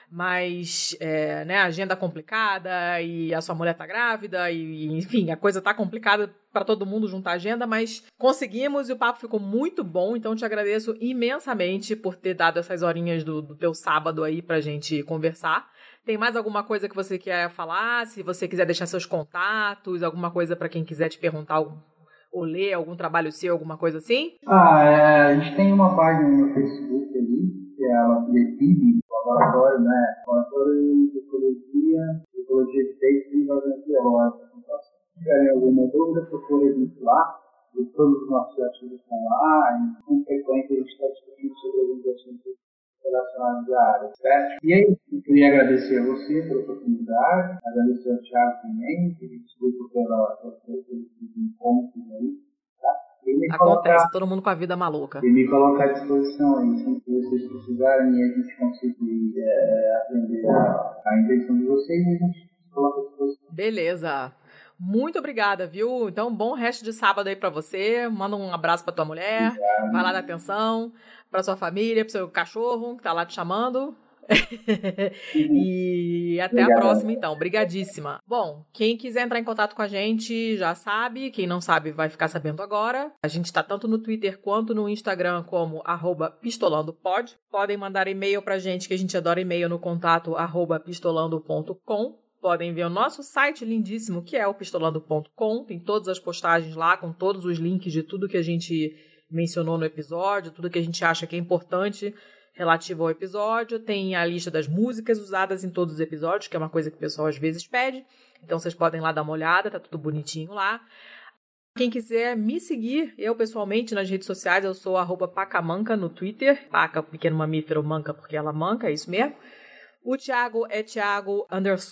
mas, a agenda complicada e a sua mulher tá grávida e, enfim, a coisa tá complicada para todo mundo juntar a agenda, mas conseguimos e o papo ficou muito bom, então te agradeço imensamente por ter dado essas horinhas do teu sábado aí pra gente conversar. Tem mais alguma coisa que você quer falar? Se você quiser deixar seus contatos, alguma coisa para quem quiser te perguntar ou ler algum trabalho seu, alguma coisa assim? A gente tem uma página no Facebook ali, que é a LABIB, laboratório, Laboratório de Ecologia de Peixes e Invasões Biológicas. Então, se tiverem alguma dúvida, procure a gente lá. E todos os nossos artigos estão lá. E, com frequência, a gente está discutindo sobre alguns assuntos relacionados à área, certo? E aí, eu queria agradecer a você pela oportunidade, agradecer ao Thiago também, que desculpa pelos encontros aí. Acontece, todo mundo com a vida maluca. E me colocar à disposição aí, sempre que vocês precisarem e a gente conseguir atender a intenção de vocês, a gente coloca à disposição. Beleza. Muito obrigada, viu? Então, bom resto de sábado aí pra você. Manda um abraço pra tua mulher. Obrigado. Vai lá dar atenção. Pra sua família, pro seu cachorro que tá lá te chamando. E até a próxima, então. Obrigadíssima. Bom, quem quiser entrar em contato com a gente já sabe. Quem não sabe vai ficar sabendo agora. A gente tá tanto no Twitter quanto no Instagram como @pistolandopod. Podem mandar e-mail pra gente, que a gente adora e-mail, no contato @pistolando.com. Podem ver o nosso site lindíssimo, que é o pistolando.com. Tem todas as postagens lá, com todos os links de tudo que a gente mencionou no episódio, tudo que a gente acha que é importante relativo ao episódio. Tem a lista das músicas usadas em todos os episódios, que é uma coisa que o pessoal às vezes pede. Então vocês podem lá dar uma olhada, tá tudo bonitinho lá. Quem quiser me seguir, eu pessoalmente nas redes sociais, eu sou @pacamanca no Twitter. Paca, pequeno mamífero, manca porque ela manca, é isso mesmo. O Thiago é Thiago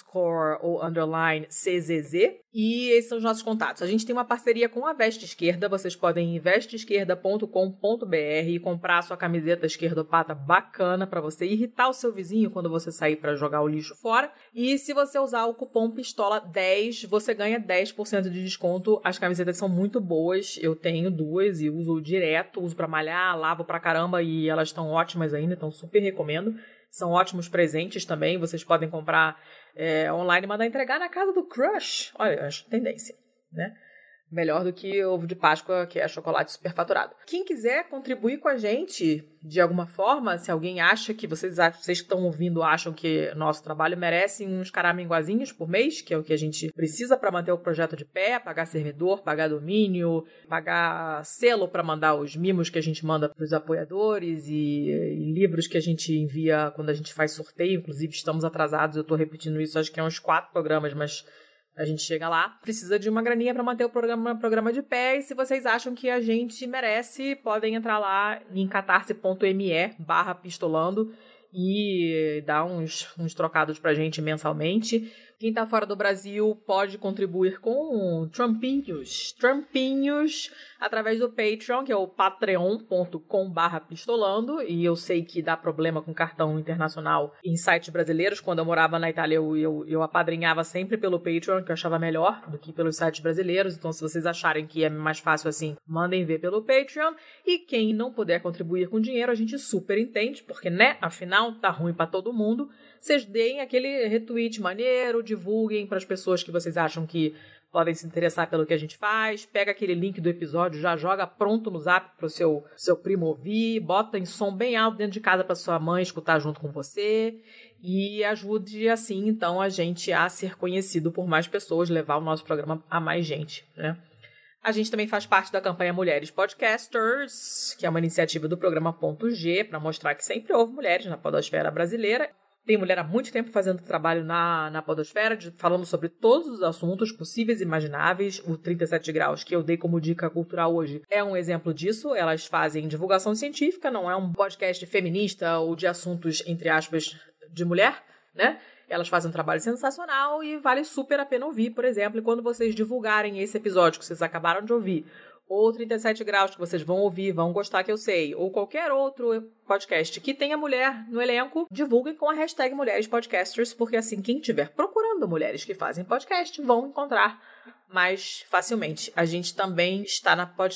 _CZZ. E esses são os nossos contatos. A gente tem uma parceria com a Veste Esquerda. Vocês podem ir em vesteesquerda.com.br e comprar a sua camiseta esquerdopata bacana para você irritar o seu vizinho quando você sair para jogar o lixo fora. E se você usar o cupom PISTOLA10, você ganha 10% de desconto. As camisetas são muito boas. Eu tenho 2 e uso direto. Uso para malhar, lavo pra caramba e elas estão ótimas ainda. Então super recomendo. São ótimos presentes também. Vocês podem comprar online e mandar entregar na casa do crush. Olha, acho tendência, né? Melhor do que ovo de Páscoa, que é chocolate superfaturado. Quem quiser contribuir com a gente de alguma forma, se alguém acha que vocês que estão ouvindo acham que nosso trabalho merece uns caraminguazinhos por mês, que é o que a gente precisa para manter o projeto de pé, pagar servidor, pagar domínio, pagar selo para mandar os mimos que a gente manda para os apoiadores e livros que a gente envia quando a gente faz sorteio. Inclusive, estamos atrasados, eu estou repetindo isso, acho que é uns 4 programas, mas a gente chega lá, precisa de uma graninha para manter o programa de pé, e se vocês acham que a gente merece, podem entrar lá em catarse.me/pistolando e dar uns trocados pra gente mensalmente. Quem tá fora do Brasil pode contribuir com trumpinhos através do Patreon, que é o patreon.com/pistolando, e eu sei que dá problema com cartão internacional em sites brasileiros. Quando eu morava na Itália, eu apadrinhava sempre pelo Patreon, que eu achava melhor do que pelos sites brasileiros. Então, se vocês acharem que é mais fácil assim, mandem ver pelo Patreon. E quem não puder contribuir com dinheiro, a gente super entende, porque, né, afinal, tá ruim pra todo mundo. Vocês deem aquele retweet maneiro, divulguem para as pessoas que vocês acham que podem se interessar pelo que a gente faz, pega aquele link do episódio, já joga pronto no zap pro seu primo ouvir, bota em som bem alto dentro de casa para sua mãe escutar junto com você e ajude assim, então, a gente a ser conhecido por mais pessoas, levar o nosso programa a mais gente, né? A gente também faz parte da campanha Mulheres Podcasters, que é uma iniciativa do programa Ponto G, para mostrar que sempre houve mulheres na podosfera brasileira. Tem mulher há muito tempo fazendo trabalho na podosfera, falando sobre todos os assuntos possíveis e imagináveis. O 37 Graus, que eu dei como dica cultural hoje, é um exemplo disso. Elas fazem divulgação científica, não é um podcast feminista ou de assuntos, entre aspas, de mulher, né? Elas fazem um trabalho sensacional e vale super a pena ouvir, por exemplo. E quando vocês divulgarem esse episódio que vocês acabaram de ouvir, ou 37 Graus, que vocês vão ouvir, vão gostar, que eu sei, ou qualquer outro podcast que tenha mulher no elenco, divulguem com a hashtag Mulheres Podcasters, porque assim, quem estiver procurando mulheres que fazem podcast, vão encontrar mais facilmente. A gente também está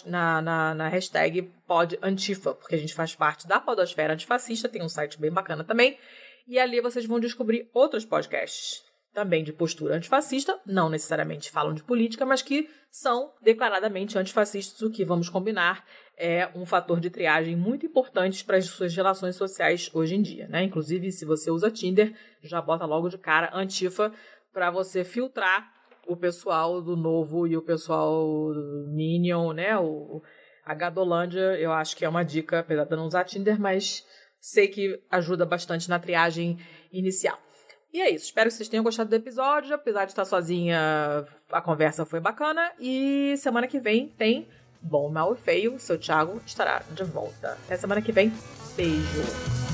na hashtag PodAntifa, porque a gente faz parte da podosfera antifascista, tem um site bem bacana também, e ali vocês vão descobrir outros podcasts também de postura antifascista, não necessariamente falam de política, mas que são declaradamente antifascistas, o que, vamos combinar, é um fator de triagem muito importante para as suas relações sociais hoje em dia, né? Inclusive, se você usa Tinder, já bota logo de cara Antifa para você filtrar o pessoal do Novo e o pessoal do Minion, né? A Gadolândia, eu acho que é uma dica, apesar de eu não usar Tinder, mas sei que ajuda bastante na triagem inicial. E é isso, espero que vocês tenham gostado do episódio. Apesar de estar sozinha, a conversa foi bacana. E semana que vem tem Bom, Mal e Feio. Seu Thiago estará de volta. Até semana que vem. Beijo.